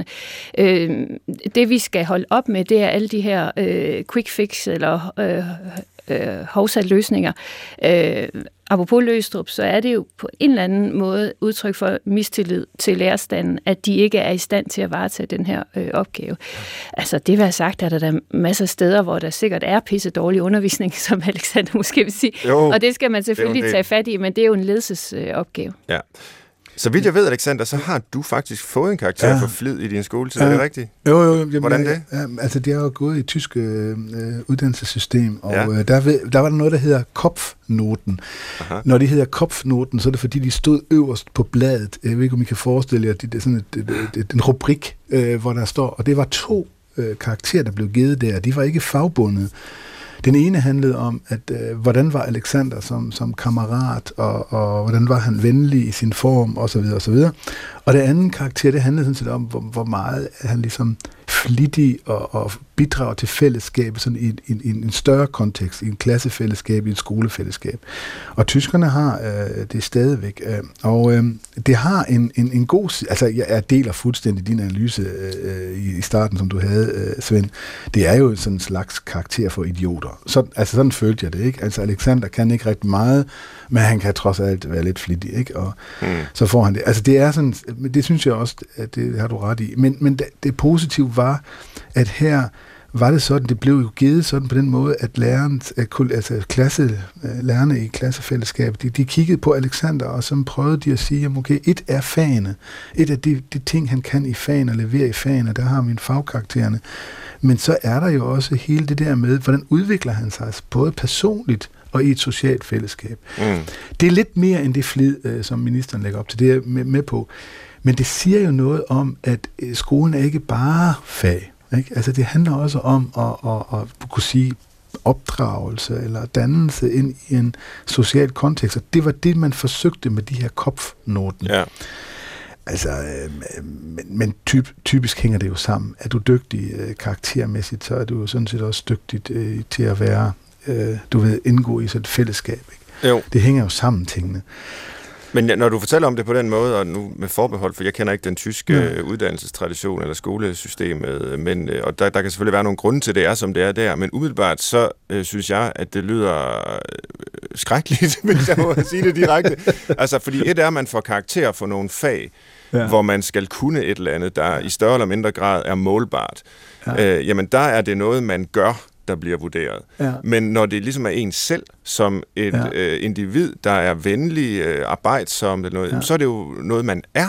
Det vi skal holde op med, det er alle de her quick fix, eller hovsaløsninger. Apropos Løgstrup, så er det jo på en eller anden måde udtryk for mistillid til lærerstanden, at de ikke er i stand til at varetage den her opgave. Altså, det vil have sagt, at der er masser af steder, hvor der sikkert er pisse dårlig undervisning, som Alexander måske vil sige. Jo, og det skal man selvfølgelig tage fat i, men det er jo en ledelsesopgave. Ja. Så vidt jeg ved, Alexander, så har du faktisk fået en karakter for flid i din skoletid. Er det rigtigt? Jo. Jamen, hvordan det? Altså, det er jo gået i et tysk uddannelsessystem, og der var der noget, der hedder Kopfnoten. Aha. Når det hedder Kopfnoten, så er det fordi, de stod øverst på bladet. Jeg ved ikke, om I kan forestille jer, det er sådan en rubrik, hvor der står, og det var 2 karakterer, der blev givet der. De var ikke fagbundet. Den ene handlede om, at hvordan var Alexander som kammerat, og hvordan var han venlig i sin form, osv. osv. Og det anden karakter, det handlede sådan set om, hvor meget han ligesom flittig og bidrager til fællesskabet sådan i en større kontekst, i en klassefællesskab, i et skolefællesskab. Og tyskerne har det stadigvæk. Og det har en god... Altså, jeg deler fuldstændig din analyse i starten, som du havde, Svend. Det er jo sådan en slags karakter for idioter. Sådan følte jeg det, ikke? Altså, Alexander kan ikke rigtig meget, men han kan trods alt være lidt flittig, ikke? Og så får han det. Altså, det er sådan... Det synes jeg også, at det har du ret i. Men det positive var, at her var det sådan, det blev jo givet sådan på den måde, at lærerne i klassefællesskabet, de kiggede på Alexander, og så prøvede de at sige, okay, et er fagene. Et af de ting, han kan i fagene, og leverer i fagene, der har vi en fagkaraktererne. Men så er der jo også hele det der med, hvordan udvikler han sig, både personligt og i et socialt fællesskab. Det er lidt mere end det flid, som ministeren lægger op til, det er med på. Men det siger jo noget om, at skolen er ikke bare fag. Ikke? Altså det handler også om at kunne sige opdragelse eller dannelse ind i en social kontekst. Og det var det, man forsøgte med de her Kopfnoten. Ja. Altså, men typisk hænger det jo sammen. Er du dygtig karaktermæssigt, så er du jo sådan set også dygtig til at være, indgå i sådan et fællesskab. Ikke? Jo. Det hænger jo sammen, tingene. Men når du fortæller om det på den måde, og nu med forbehold, for jeg kender ikke den tyske uddannelsestradition eller skolesystemet, men, og der kan selvfølgelig være nogle grunde til, det er, som det er der, men umiddelbart så synes jeg, at det lyder skrækkeligt, hvis jeg må sige det direkte. Altså, fordi et er, at man får karakter for nogle fag, hvor man skal kunne et eller andet, der i større eller mindre grad er målbart. Jamen, der er det noget, man gør, der bliver vurderet. Ja. Men når det ligesom er en selv, som et individ, der er venlig, arbejdsom, eller noget, så er det jo noget, man er.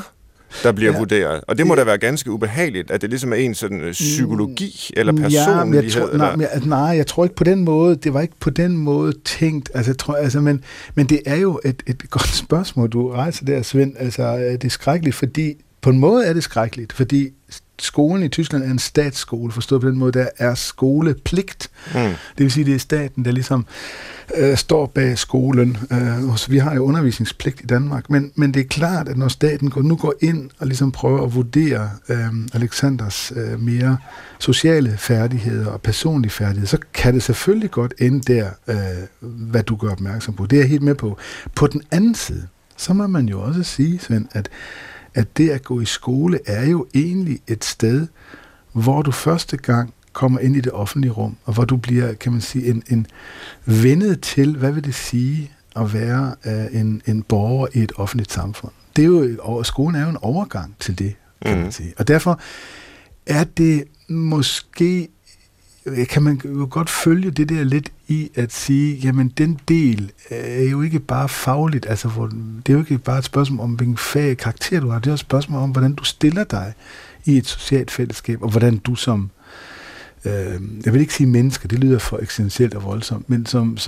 der bliver vurderet. Og det må da være ganske ubehageligt, at det ligesom er en sådan psykologi eller personlighed. Nej, jeg tror ikke på den måde. Det var ikke på den måde tænkt. Men det er jo et godt spørgsmål, du rejser der, Svend. Altså, det er skrækkeligt, fordi på en måde er det skrækkeligt, fordi skolen i Tyskland er en statsskole, forstået på den måde, der er skolepligt. Det vil sige, det er staten, der ligesom står bag skolen. Så vi har jo undervisningspligt i Danmark, men det er klart, at når staten nu går ind og ligesom prøver at vurdere Alexanders mere sociale færdigheder og personlige færdigheder, så kan det selvfølgelig godt ende der, hvad du gør opmærksom på. Det er jeg helt med på. På den anden side, så må man jo også sige, Svend, at det at gå i skole er jo egentlig et sted, hvor du første gang kommer ind i det offentlige rum, og hvor du bliver, kan man sige, en vendet til, hvad vil det sige at være en borger i et offentligt samfund. Det er jo, skolen er jo en overgang til det, kan man sige. Og derfor er det måske, kan man jo godt følge det der lidt i at sige, jamen den del er jo ikke bare fagligt, altså det er jo ikke bare et spørgsmål om, hvilken fag karakter du har, det er et spørgsmål om, hvordan du stiller dig i et socialt fællesskab, og hvordan du som, jeg vil ikke sige menneske, det lyder for eksistentielt og voldsomt, men som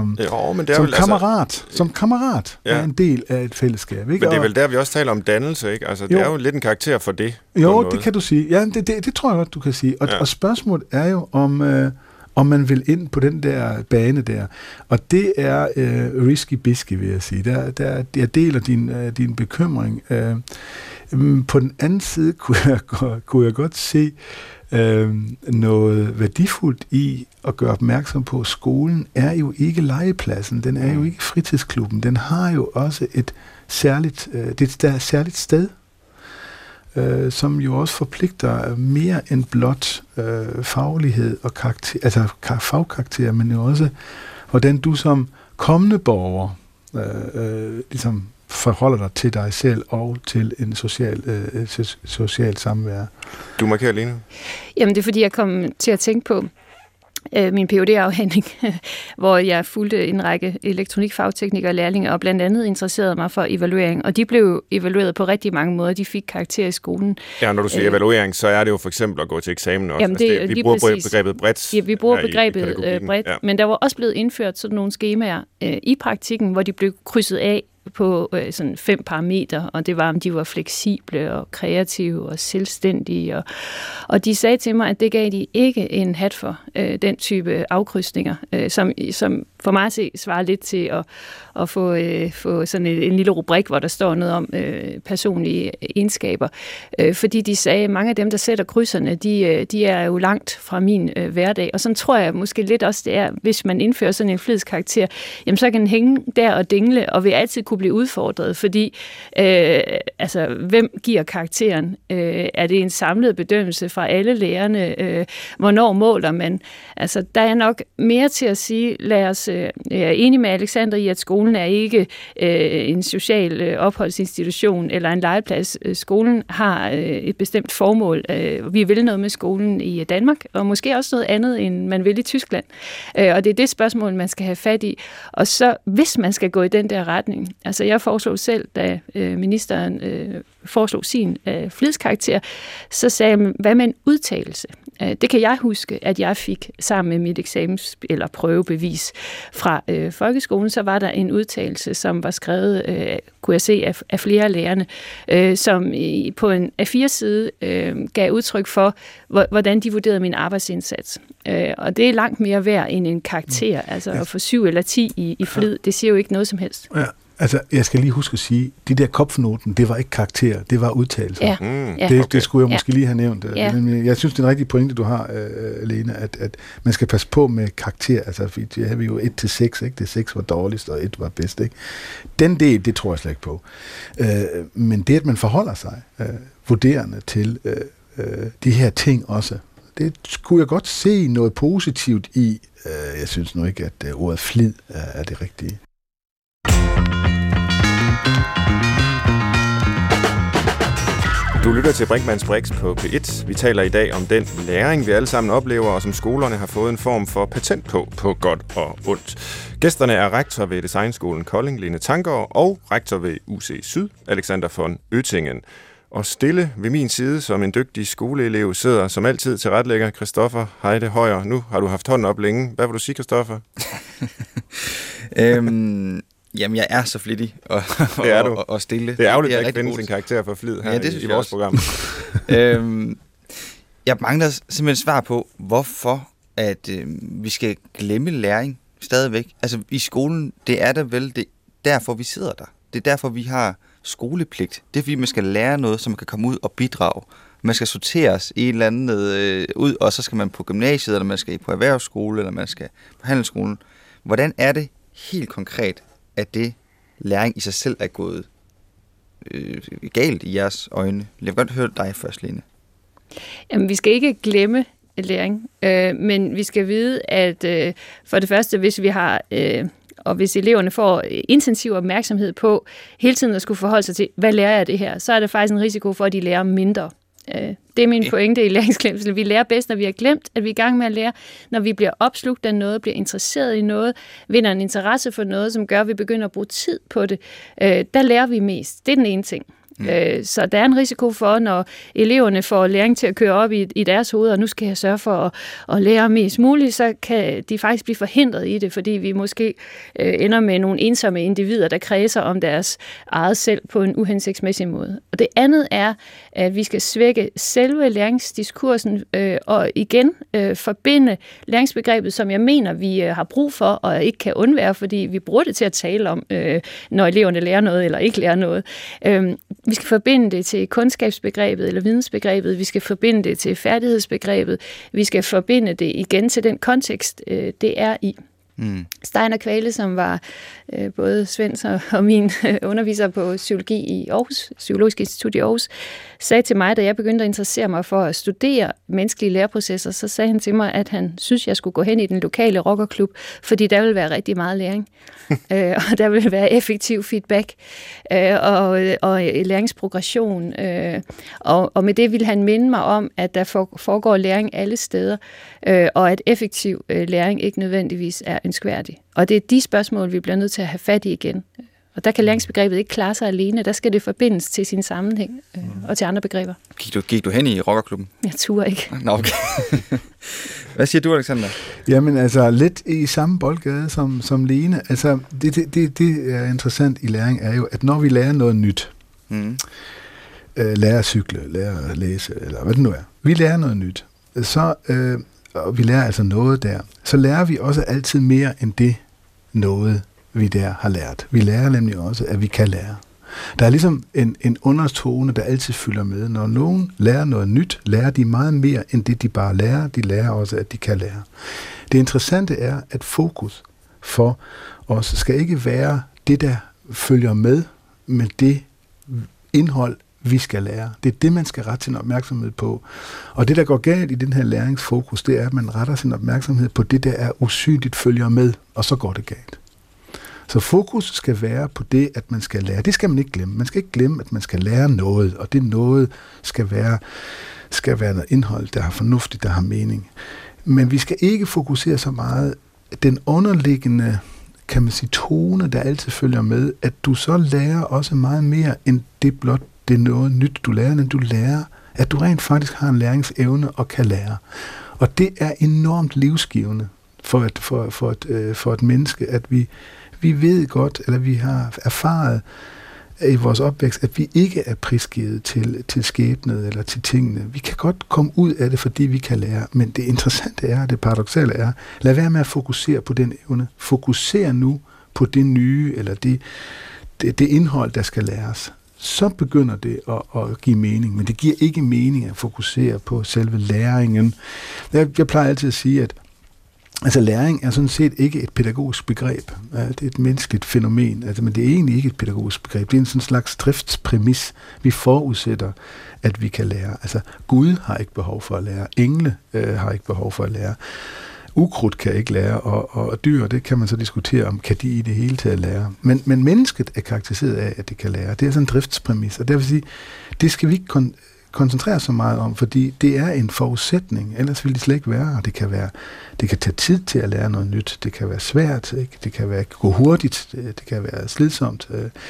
kammerat er en del af et fællesskab. Ikke? Men det er vel der, vi også taler om dannelse, ikke? Altså, det er jo lidt en karakter for det. Jo, det kan du sige. Ja, det tror jeg godt, du kan sige. Og spørgsmålet er jo, om man vil ind på den der bane der. Og det er risky bisky, vil jeg sige. Jeg deler din bekymring. På den anden side kunne jeg godt se noget værdifuldt i at gøre opmærksom på, at skolen er jo ikke legepladsen, den er jo ikke fritidsklubben, den har jo også et særligt sted, som jo også forpligter mere end blot faglighed og karakter, altså fagkarakter, men jo også, hvordan du som kommende borger ligesom forholder dig til dig selv og til en social samvær. Du markerer, Lene? Jamen, det er fordi, jeg kom til at tænke på min Ph.D.-afhandling, hvor jeg fulgte en række elektronikfagteknikere og lærlinge, og blandt andet interesserede mig for evaluering, og de blev evalueret på rigtig mange måder. De fik karakter i skolen. Ja, når du siger evaluering, så er det jo for eksempel at gå til eksamen også. Jamen, altså vi bruger begrebet bredt. Ja, vi bruger begrebet bredt, men der var også blevet indført sådan nogle skemaer i praktikken, hvor de blev krydset af på sådan 5 parametre, og det var, om de var fleksible og kreative og selvstændige. Og de sagde til mig, at det gav de ikke en hat for, den type afkrydsninger, som for mig at se svarer lidt til at få sådan en lille rubrik, hvor der står noget om personlige egenskaber. Fordi de sagde, at mange af dem, der sætter krydserne, de er jo langt fra min hverdag. Og sådan tror jeg måske lidt også, det er, hvis man indfører sådan en flidskarakter, jamen så kan den hænge der og dingle, og vil altid kunne blive udfordret, fordi hvem giver karakteren? Er det en samlet bedømmelse fra alle lærerne? Hvornår måler man? Altså, der er nok mere til at sige, jeg er enig med Alexander i, at skolen er ikke en social opholdsinstitution eller en legeplads. Skolen har et bestemt formål. Vi vil noget med skolen i Danmark, og måske også noget andet, end man vil i Tyskland. Og det er det spørgsmål, man skal have fat i. Og så, hvis man skal gå i den der retning, altså jeg foreslog selv, da ministeren foreslog sin flidskarakter, så sagde jeg, hvad med en udtalelse? Det kan jeg huske, at jeg fik sammen med mit eksamens- eller prøvebevis fra folkeskolen, så var der en udtalelse, som var skrevet, kunne jeg se, af flere af lærerne, som på en A4-side gav udtryk for, hvordan de vurderede min arbejdsindsats. Og det er langt mere værd end en karakter, altså at få 7 eller 10 i flid, det siger jo ikke noget som helst. Ja. Altså, jeg skal lige huske at sige, de der kopfnoten, det var ikke karakter, det var udtalelser. Ja. Det skulle jeg måske lige have nævnt. Ja. Men jeg synes, det er en rigtig pointe, du har, Lene, at man skal passe på med karakter. Altså, vi havde jo 1-6, ikke? Det 6 var dårligst, og 1 var bedst, ikke? Den del, det tror jeg slet ikke på. Men det, at man forholder sig vurderende til de her ting også, det skulle jeg godt se noget positivt i. Jeg synes nu ikke, at ordet flid er det rigtige. Du lytter til Brinkmanns Brix på P1. Vi taler i dag om den læring, vi alle sammen oplever, og som skolerne har fået en form for patent på godt og ondt. Gæsterne er rektor ved Designskolen Kolding, Lene Tanggaard, og rektor ved UC Syd, Alexander von Oettingen. Og stille ved min side, som en dygtig skoleelev, sidder som altid til retlægger Christoffer Heide Højer. Nu har du haft hånden op længe. Hvad vil du sige, Christoffer? Jamen, jeg er så flittig og stille. Det er ærgerligt, at der ikke findes en karakter for flid her i vores program. Jeg mangler simpelthen svar på, hvorfor at vi skal glemme læring stadigvæk. Altså i skolen, det er da vel derfor, vi sidder der. Det er derfor, vi har skolepligt. Det er fordi, man skal lære noget, så man kan komme ud og bidrage. Man skal sorteres i et eller andet ud, og så skal man på gymnasiet, eller man skal på erhvervsskole, eller man skal på handelsskolen. Hvordan er det helt konkret, at det læring i sig selv er gået galt i jeres øjne? Jeg vil godt høre dig først, Lene. Jamen, vi skal ikke glemme læring, men vi skal vide, at for det første, hvis vi har... Og hvis eleverne får intensiv opmærksomhed på hele tiden at skulle forholde sig til, hvad lærer jeg af det her, så er der faktisk en risiko for, at de lærer mindre. Det er min pointe i læringsglemsel. Vi lærer bedst, når vi har glemt, at vi er i gang med at lære, når vi bliver opslugt af noget, bliver interesseret i noget, vinder en interesse for noget, som gør, at vi begynder at bruge tid på det. Der lærer vi mest. Det er den ene ting. Så der er en risiko for, når eleverne får læring til at køre op i deres hoveder, og nu skal jeg sørge for at lære mest muligt, så kan de faktisk blive forhindret i det, fordi vi måske ender med nogle ensomme individer, der kredser om deres eget selv på en uhensigtsmæssig måde. Og det andet er, at vi skal svække selve læringsdiskursen og igen forbinde læringsbegrebet, som jeg mener, vi har brug for og ikke kan undvære, fordi vi bruger det til at tale om, når eleverne lærer noget eller ikke lærer noget. Vi skal forbinde det til kundskabsbegrebet eller vidensbegrebet, vi skal forbinde det til færdighedsbegrebet, vi skal forbinde det igen til den kontekst, det er i. Steiner Kvale, som var både Svends og min underviser på psykologi i Aarhus, Psykologisk Institut i Aarhus, sagde til mig, da jeg begyndte at interessere mig for at studere menneskelige læreprocesser, så sagde han til mig, at han synes, jeg skulle gå hen i den lokale rockerklub, fordi der vil være rigtig meget læring, og der vil være effektiv feedback og læringsprogression, og med det ville han minde mig om, at der foregår læring alle steder, og at effektiv læring ikke nødvendigvis er ønskværdig. Og det er de spørgsmål, vi bliver nødt til at have fat i igen. Og der kan læringsbegrebet ikke klare sig alene. Der skal det forbindes til sin sammenhæng og til andre begreber. Gik du hen i rockerklubben? Jeg turde ikke. Nå, okay. Hvad siger du, Alexander? Jamen altså, lidt i samme boldgade som Lene. Altså, det er interessant i læring er jo, at når vi lærer noget nyt, lærer at cykle, lærer at læse, eller hvad det nu er, vi lærer noget nyt, så, og vi lærer altså noget der, så lærer vi også altid mere end det noget, vi der har lært. Vi lærer nemlig også, at vi kan lære. Der er ligesom en undertone, der altid fylder med. Når nogen lærer noget nyt, lærer de meget mere, end det de bare lærer. De lærer også, at de kan lære. Det interessante er, at fokus for os skal ikke være det, der følger med det indhold, vi skal lære. Det er det, man skal rette sin opmærksomhed på. Og det, der går galt i den her læringsfokus, det er, at man retter sin opmærksomhed på det, der er usynligt følger med, og så går det galt. Så fokus skal være på det, at man skal lære. Det skal man ikke glemme. Man skal ikke glemme, at man skal lære noget, og det noget skal være noget indhold, der har fornuftigt, der har mening. Men vi skal ikke fokusere så meget den underliggende, kan man sige, tone, der altid følger med, at du så lærer også meget mere, end det blot det er noget nyt, du lærer, end du lærer, at du rent faktisk har en læringsevne og kan lære. Og det er enormt livsgivende for et menneske, at vi ved godt, eller vi har erfaret i vores opvækst, at vi ikke er prisgivet til skæbnet eller til tingene. Vi kan godt komme ud af det, fordi vi kan lære, men det interessante er, det paradoksale er, lad være med at fokusere på den evne. Fokuser nu på det nye, eller det indhold, der skal læres. Så begynder det at give mening, men det giver ikke mening at fokusere på selve læringen. Jeg plejer altid at sige, at altså læring er sådan set ikke et pædagogisk begreb. Det er et menneskeligt fænomen, men det er egentlig ikke et pædagogisk begreb. Det er en sådan slags driftspræmis. Vi forudsætter, at vi kan lære. Altså Gud har ikke behov for at lære. Engle har ikke behov for at lære. Ukrudt kan ikke lære, og dyr, det kan man så diskutere om, kan de i det hele taget lære. Men mennesket er karakteriseret af, at det kan lære. Det er sådan en driftspræmis, og det vil sige, det skal vi ikke koncentrere så meget om, fordi det er en forudsætning, ellers vil det slet ikke være, og det kan tage tid til at lære noget nyt, det kan være svært, ikke? Det kan gå hurtigt, det kan være slidsomt,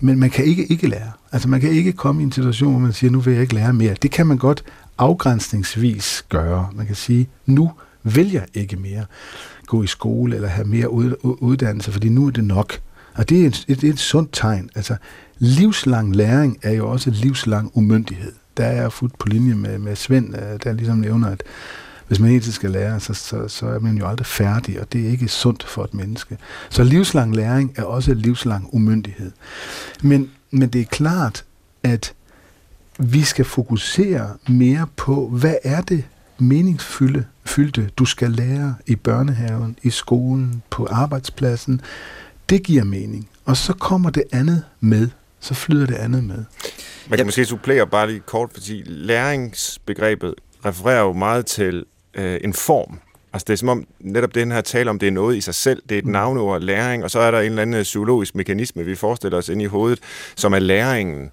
Men man kan ikke lære. Altså man kan ikke komme i en situation, hvor man siger, nu vil jeg ikke lære mere. Det kan man godt afgrænsningsvis gøre. Man kan sige, nu vil jeg ikke mere gå i skole eller have mere uddannelse, fordi nu er det nok. Og det er et sundt tegn. Altså livslang læring er jo også livslang umyndighed. Der er jeg fuldt på linje med Svend, der ligesom nævner, at hvis man egentlig skal lære, så er man jo aldrig færdig, og det er ikke sundt for et menneske. Så livslang læring er også livslang umyndighed. Men det er klart, at vi skal fokusere mere på, hvad er det meningsfyldte, du skal lære i børnehaven, i skolen, på arbejdspladsen. Det giver mening. Og så kommer det andet med. Så flyder det andet med. Man kan måske supplere bare lige kort, fordi læringsbegrebet refererer jo meget til en form. Altså det er som om netop den her tale om, det er noget i sig selv, det er et navneord, læring, og så er der en eller anden psykologisk mekanisme, vi forestiller os inde i hovedet, som er læringen.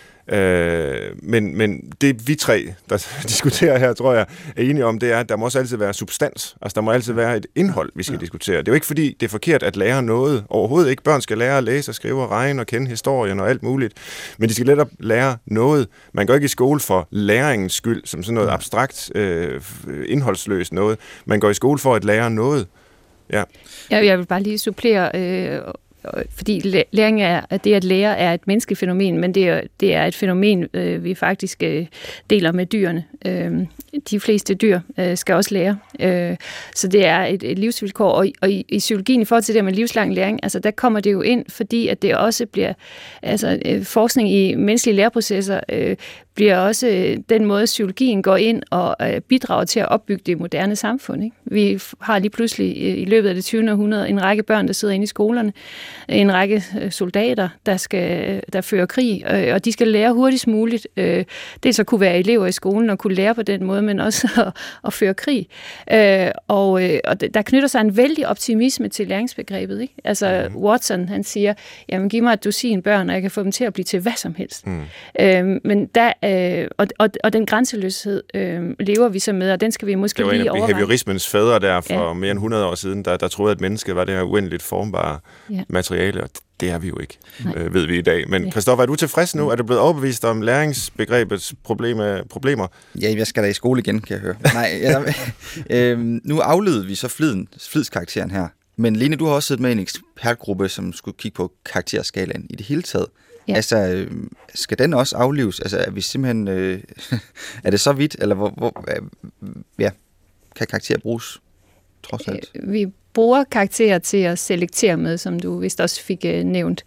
Men det vi tre, der diskuterer her, tror jeg, er enige om, det er, at der må også altid være substans. Altså der må altid være et indhold, vi skal diskutere. Det er jo ikke fordi, det er forkert at lære noget. Overhovedet ikke. Børn skal lære at læse og skrive og regne og kende historien og alt muligt. Men de skal netop lære noget. Man går ikke i skole for læringens skyld, som sådan noget abstrakt, indholdsløst noget. Man går i skole for at lære noget. Ja. Jeg vil bare lige supplere... fordi læring det at lære er et menneskeligt fænomen, men det er et fænomen, vi faktisk deler med dyrene. De fleste dyr skal også lære. Så det er et livsvilkår. Og i psykologien i forhold til det med livslang læring, altså der kommer det jo ind, fordi at det også bliver, altså forskning i menneskelige læreprocesser bliver også den måde, psykologien går ind og bidrager til at opbygge det moderne samfund. Ikke? Vi har lige pludselig i løbet af det 20. århundrede en række børn, der sidder inde i skolerne, en række soldater, der fører krig, og de skal lære hurtigst muligt. Det så kunne være elever i skolen og kunne lære på den måde, men også at føre krig. Og der knytter sig en vældig optimisme til læringsbegrebet. Ikke? Altså Watson, han siger, jamen giv mig et dusin børn, og jeg kan få dem til at blive til hvad som helst. Men der og den grænseløshed lever vi så med, og den skal vi måske lige overveje. Det var en af behaviorismens fædre der for mere end 100 år siden, der troede, at mennesket var det her uendeligt formbare materiale, og det er vi jo ikke, ved vi i dag. Men Christoffer, er du tilfreds nu? Er du blevet overbevist om læringsbegrebets problemer? Ja, jeg skal da i skole igen, kan jeg høre. Nej, nu afledede vi så flidskarakteren her. Men Lene, du har også siddet med en ekspertgruppe, som skulle kigge på karakterskalaen i det hele taget. Ja. Altså, skal den også aflives? Altså, er vi simpelthen... er det så vidt, eller hvor kan karakterer bruges, trods alt? Vi bruger karakterer til at selektere med, som du vist også fik nævnt.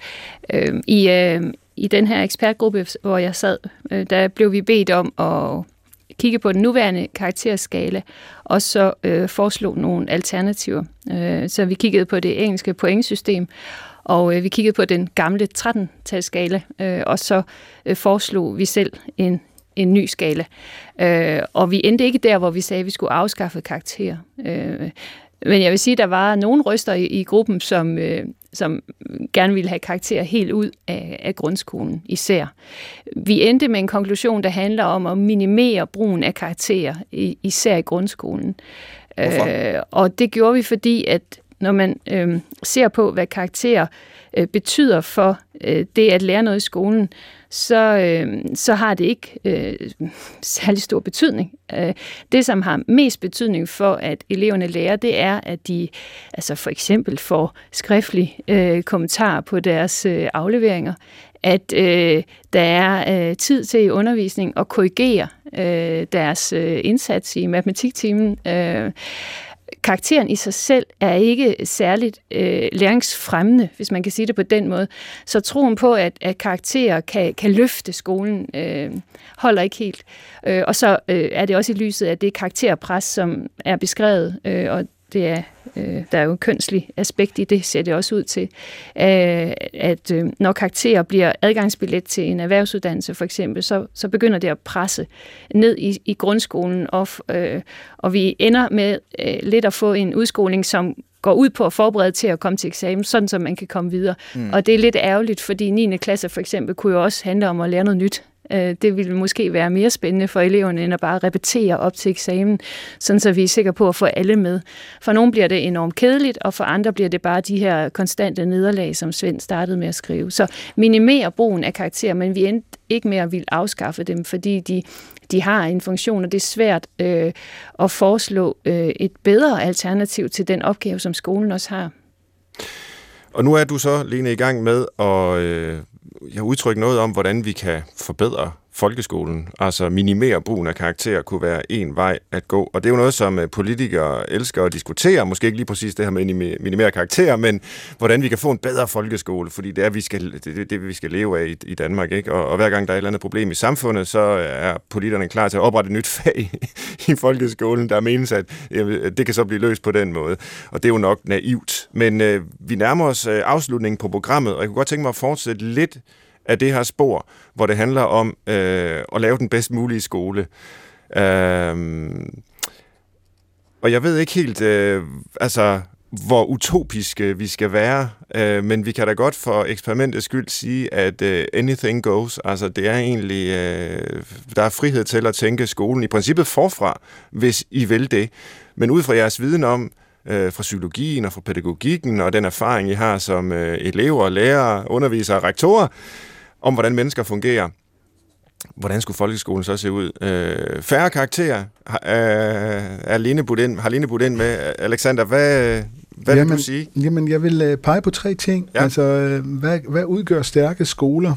I den her ekspertgruppe, hvor jeg sad, der blev vi bedt om at kigge på den nuværende karakterskala, og så foreslå nogle alternativer. Så vi kiggede på det engelske pointsystem, og vi kiggede på den gamle 13-talsskala, og så foreslog vi selv en ny skala. Og vi endte ikke der, hvor vi sagde, at vi skulle afskaffe karakterer. Men jeg vil sige, at der var nogle røster i gruppen, som gerne ville have karakterer helt ud af grundskolen især. Vi endte med en konklusion, der handler om at minimere brugen af karakterer, især i grundskolen. Og det gjorde vi, fordi at når man ser på, hvad karakterer betyder for det at lære noget i skolen, så har det ikke særlig stor betydning. Det, som har mest betydning for, at eleverne lærer, det er, at de altså for eksempel får skriftlige kommentarer på deres afleveringer, at der er tid til i undervisning at korrigere deres indsats i matematiktimen. Karakteren i sig selv er ikke særligt læringsfremmende, hvis man kan sige det på den måde. Så troen på, at karakterer kan løfte skolen, holder ikke helt. Og så er det også i lyset af det karakterpres, som er beskrevet, og det er, der er jo en kønslig aspekt i det, ser det også ud til, at når karakterer bliver adgangsbillet til en erhvervsuddannelse for eksempel, så begynder det at presse ned i grundskolen, og vi ender med lidt at få en udskoling, som går ud på at forberede til at komme til eksamen, sådan så man kan komme videre. Og det er lidt ærgerligt, fordi 9. klasse for eksempel kunne jo også handle om at lære noget nyt. Det ville måske være mere spændende for eleverne, end at bare repetere op til eksamen, sådan så vi er sikre på at få alle med. For nogle bliver det enormt kedeligt, og for andre bliver det bare de her konstante nederlag, som Svend startede med at skrive. Så minimere brugen af karakterer, men vi endte ikke med at ville afskaffe dem, fordi de har en funktion, og det er svært at foreslå et bedre alternativ til den opgave, som skolen også har. Og nu er du så, Lene, i gang med at udtrykke noget om, hvordan vi kan forbedre folkeskolen. Altså minimere brugen af karakterer kunne være en vej at gå. Og det er jo noget, som politikere elsker at diskutere. Måske ikke lige præcis det her med minimere karakterer, men hvordan vi kan få en bedre folkeskole. Fordi det er det, vi skal leve af i Danmark. Ikke? Og hver gang der er et eller andet problem i samfundet, så er politikerne klar til at oprette et nyt fag i folkeskolen, der menes, at det kan så blive løst på den måde. Og det er jo nok naivt. Men vi nærmer os afslutningen på programmet, og jeg kunne godt tænke mig at fortsætte lidt af det her spor, hvor det handler om at lave den bedst mulige skole. Og jeg ved ikke helt, hvor utopiske vi skal være, men vi kan da godt for eksperimentets skyld sige, at anything goes. Altså det er egentlig, der er frihed til at tænke skolen i princippet forfra, hvis I vil det. Men ud fra jeres viden om, fra psykologien og fra pædagogikken og den erfaring, I har som elever, lærere, undervisere og rektorer, om hvordan mennesker fungerer. Hvordan skulle folkeskolen så se ud? Færre karakterer har Lene budt ind med. Alexander, hvad vil du sige? Jamen, jeg vil pege på 3 ting. Ja. Altså, hvad udgør stærke skoler?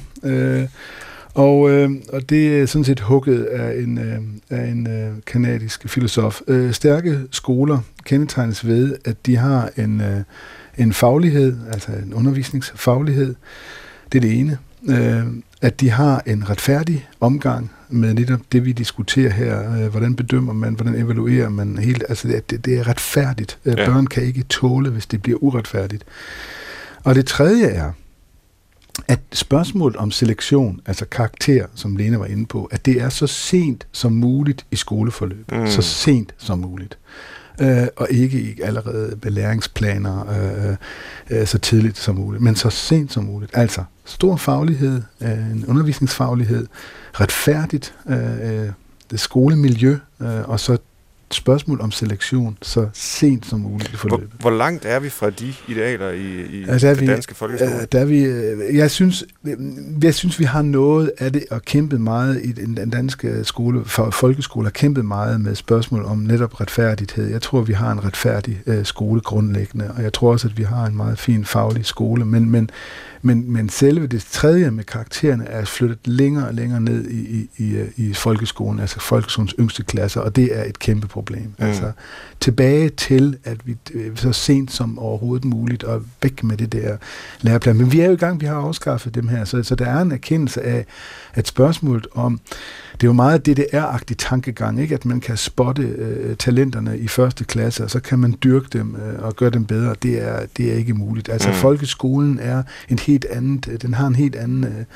Og det er sådan set hugget af en kanadisk filosof. Stærke skoler kendetegnes ved, at de har en faglighed, altså en undervisningsfaglighed. Det er det ene. At de har en retfærdig omgang med netop det, vi diskuterer her. Hvordan bedømmer man, hvordan evaluerer man helt? Altså det er retfærdigt. Ja. Børn kan ikke tåle, hvis det bliver uretfærdigt. Og det tredje er, at spørgsmålet om selektion, altså karakter, som Lene var inde på, at det er så sent som muligt i skoleforløbet. Så sent som muligt. Og ikke allerede belæringsplaner så tidligt som muligt, men så sent som muligt. Altså stor faglighed, en undervisningsfaglighed, retfærdigt det skolemiljø, og så spørgsmål om selektion så sent som muligt i forløbet. Hvor langt er vi fra de idealer i den danske folkeskole? Jeg synes, vi har noget af det og kæmpet meget i den danske folkeskole har kæmpet meget med spørgsmål om netop retfærdighed. Jeg tror, vi har en retfærdig skole grundlæggende, og jeg tror også, at vi har en meget fin faglig skole, men selve det tredje med karaktererne er flyttet længere og længere ned i folkeskolen, altså folkeskolens yngste klasser, og det er et kæmpe problem. Altså tilbage til, at vi så sent som overhovedet muligt, og væk med det der læreplan. Men vi er jo i gang, vi har afskaffet dem her, så der er en erkendelse af, at spørgsmålet om, det er jo meget DDR-agtig tankegang, ikke? At man kan spotte talenterne i første klasse, og så kan man dyrke dem og gøre dem bedre. Det er ikke muligt. Altså folkeskolen er en helt andet, den har en helt anden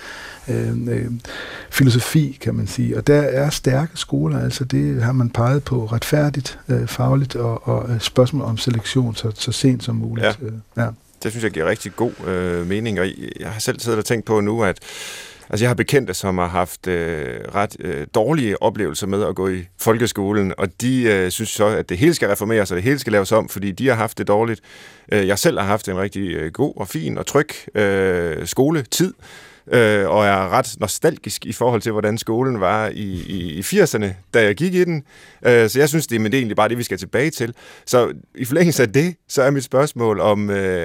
filosofi, kan man sige. Og der er stærke skoler, altså det har man peget på retfærdigt, fagligt og spørgsmål om selektion så sent som muligt. Ja. Det synes jeg giver rigtig god mening, og jeg har selv siddet og tænkt på nu, at altså jeg har bekendte, som har haft ret dårlige oplevelser med at gå i folkeskolen, og de synes så, at det hele skal reformeres, og det hele skal laves om, fordi de har haft det dårligt. Jeg selv har haft en rigtig god og fin og tryg skoletid, og er ret nostalgisk i forhold til, hvordan skolen var i 80'erne, da jeg gik i den. Så jeg synes, det er egentlig bare det, vi skal tilbage til. Så i forlængelse af det, så er mit spørgsmål om,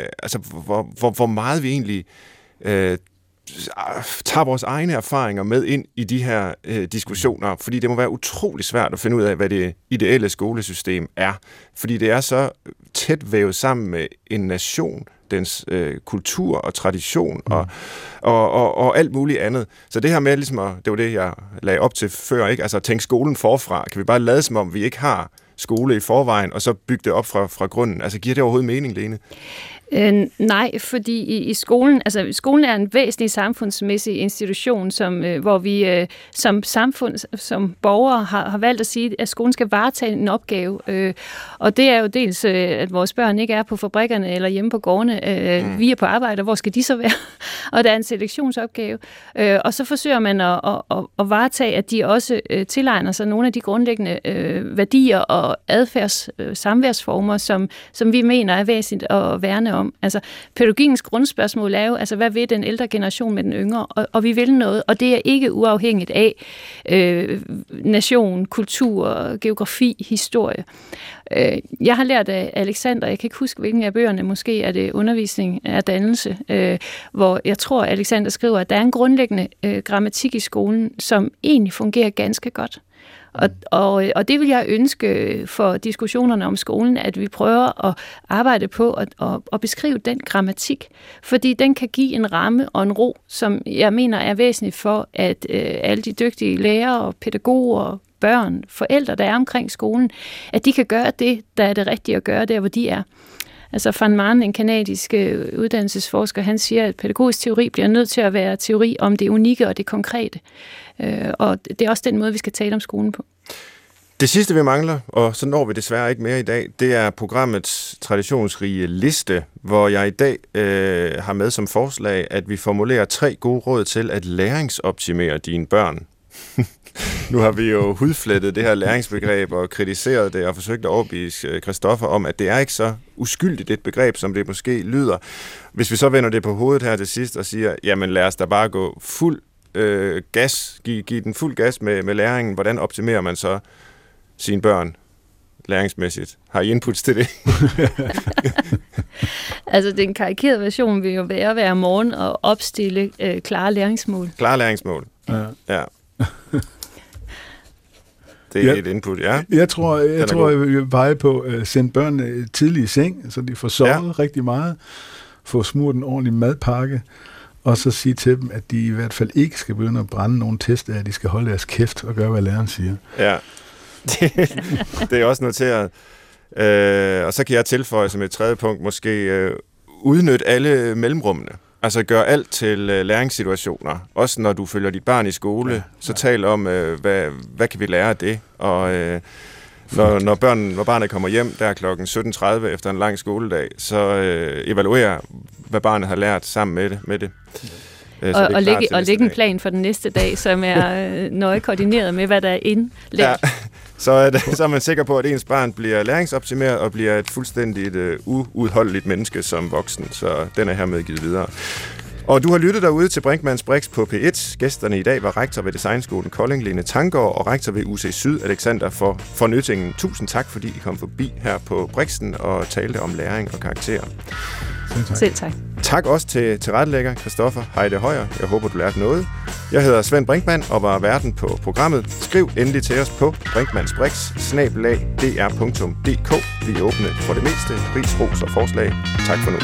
hvor meget vi egentlig tager vores egne erfaringer med ind i de her diskussioner, fordi det må være utrolig svært at finde ud af, hvad det ideelle skolesystem er, fordi det er så tæt vævet sammen med en nation, dens kultur og tradition og alt muligt andet. Så det her med, ligesom det var det, jeg lagde op til før, ikke? Altså at tænke skolen forfra. Kan vi bare lade som om, vi ikke har skole i forvejen, og så bygge det op fra grunden? Altså giver det overhovedet mening, Lene? Nej, fordi i skolen, altså skolen er en væsentlig samfundsmæssig institution, hvor vi som samfund, som borgere har valgt at sige, at skolen skal varetage en opgave. Og det er jo dels, at vores børn ikke er på fabrikkerne eller hjemme på gårdene. Vi er på arbejde, og hvor skal de så være? Og der er en selektionsopgave. Og så forsøger man at varetage, at de også tilegner sig nogle af de grundlæggende værdier og samværsformer, som vi mener er væsentligt at værne om. Altså, pædagogikkens grundspørgsmål er jo, altså, hvad vil den ældre generation med den yngre? Og vi vil noget, og det er ikke uafhængigt af nation, kultur, geografi, historie. Jeg har lært af Alexander, jeg kan ikke huske, hvilken af bøgerne, måske er det undervisning af dannelse, hvor jeg tror, Alexander skriver, at der er en grundlæggende grammatik i skolen, som egentlig fungerer ganske godt. Og det vil jeg ønske for diskussionerne om skolen, at vi prøver at arbejde på at beskrive den grammatik, fordi den kan give en ramme og en ro, som jeg mener er væsentligt for, at alle de dygtige lærere, pædagoger, børn, forældre, der er omkring skolen, at de kan gøre det, der er det rigtige at gøre der, hvor de er. Altså Van Maan, en kanadisk uddannelsesforsker, han siger, at pædagogisk teori bliver nødt til at være teori om det unikke og det konkrete. Og det er også den måde, vi skal tale om skolen på. Det sidste, vi mangler, og så når vi desværre ikke mere i dag, det er programmets traditionsrige liste, hvor jeg i dag har med som forslag, at vi formulerer 3 gode råd til at læringsoptimere dine børn. Nu har vi jo hudflettet det her læringsbegreb og kritiseret det og forsøgt at overbevise Christoffer om, at det er ikke så uskyldigt et begreb, som det måske lyder. Hvis vi så vender det på hovedet her til sidst og siger, jamen lad os da bare gå fuld gas, give den fuld gas med læringen, hvordan optimerer man så sine børn læringsmæssigt? Har I inputs til det? Altså, den karikerede version vil jo være hver morgen og opstille klare læringsmål. Klare læringsmål. Ja. Det er et input, ja. Jeg tror, jeg vil veje på at sende børnene tidligt i seng, så de får sovet rigtig meget, få smurt en ordentlig madpakke, og så sige til dem, at de i hvert fald ikke skal begynde at brænde nogle test af, at de skal holde deres kæft og gøre, hvad læreren siger. Ja, det er også noteret. Og så kan jeg tilføje som et tredje punkt, måske udnytte alle mellemrummene. Altså gør alt til læringssituationer. Også når du følger dit barn i skole, så tal om, hvad kan vi lære af det? Og når barnet kommer hjem der kl. 17.30 efter en lang skoledag, så evaluer, hvad barnet har lært sammen med det. Og lægge en plan for den næste dag, som er nøje koordineret med, hvad der er indlært. Ja. Så er man sikker på, at ens barn bliver læringsoptimeret og bliver et fuldstændigt uudholdeligt menneske som voksen. Så den er hermed givet videre. Og du har lyttet derude til Brinkmanns Brix på P1. Gæsterne i dag var rektor ved Designskolen Kolding, Lene Tanggaard, og rektor ved UC Syd, Alexander for Nyttingen. Tusind tak, fordi I kom forbi her på Brixen og talte om læring og karakterer. Selv tak. Tak også til tilrettelægger Christoffer Heide Højer. Jeg håber, du lærte noget. Jeg hedder Svend Brinkmann og var værten på programmet. Skriv endelig til os på brinkmannsbrix@dr.dk. Vi er åbne for det meste. Ris, ros og forslag. Tak for nu.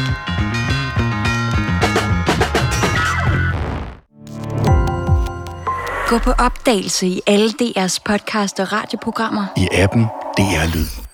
Gå på opdagelse i alle DR's podcast og radioprogrammer. I appen DR Lyd.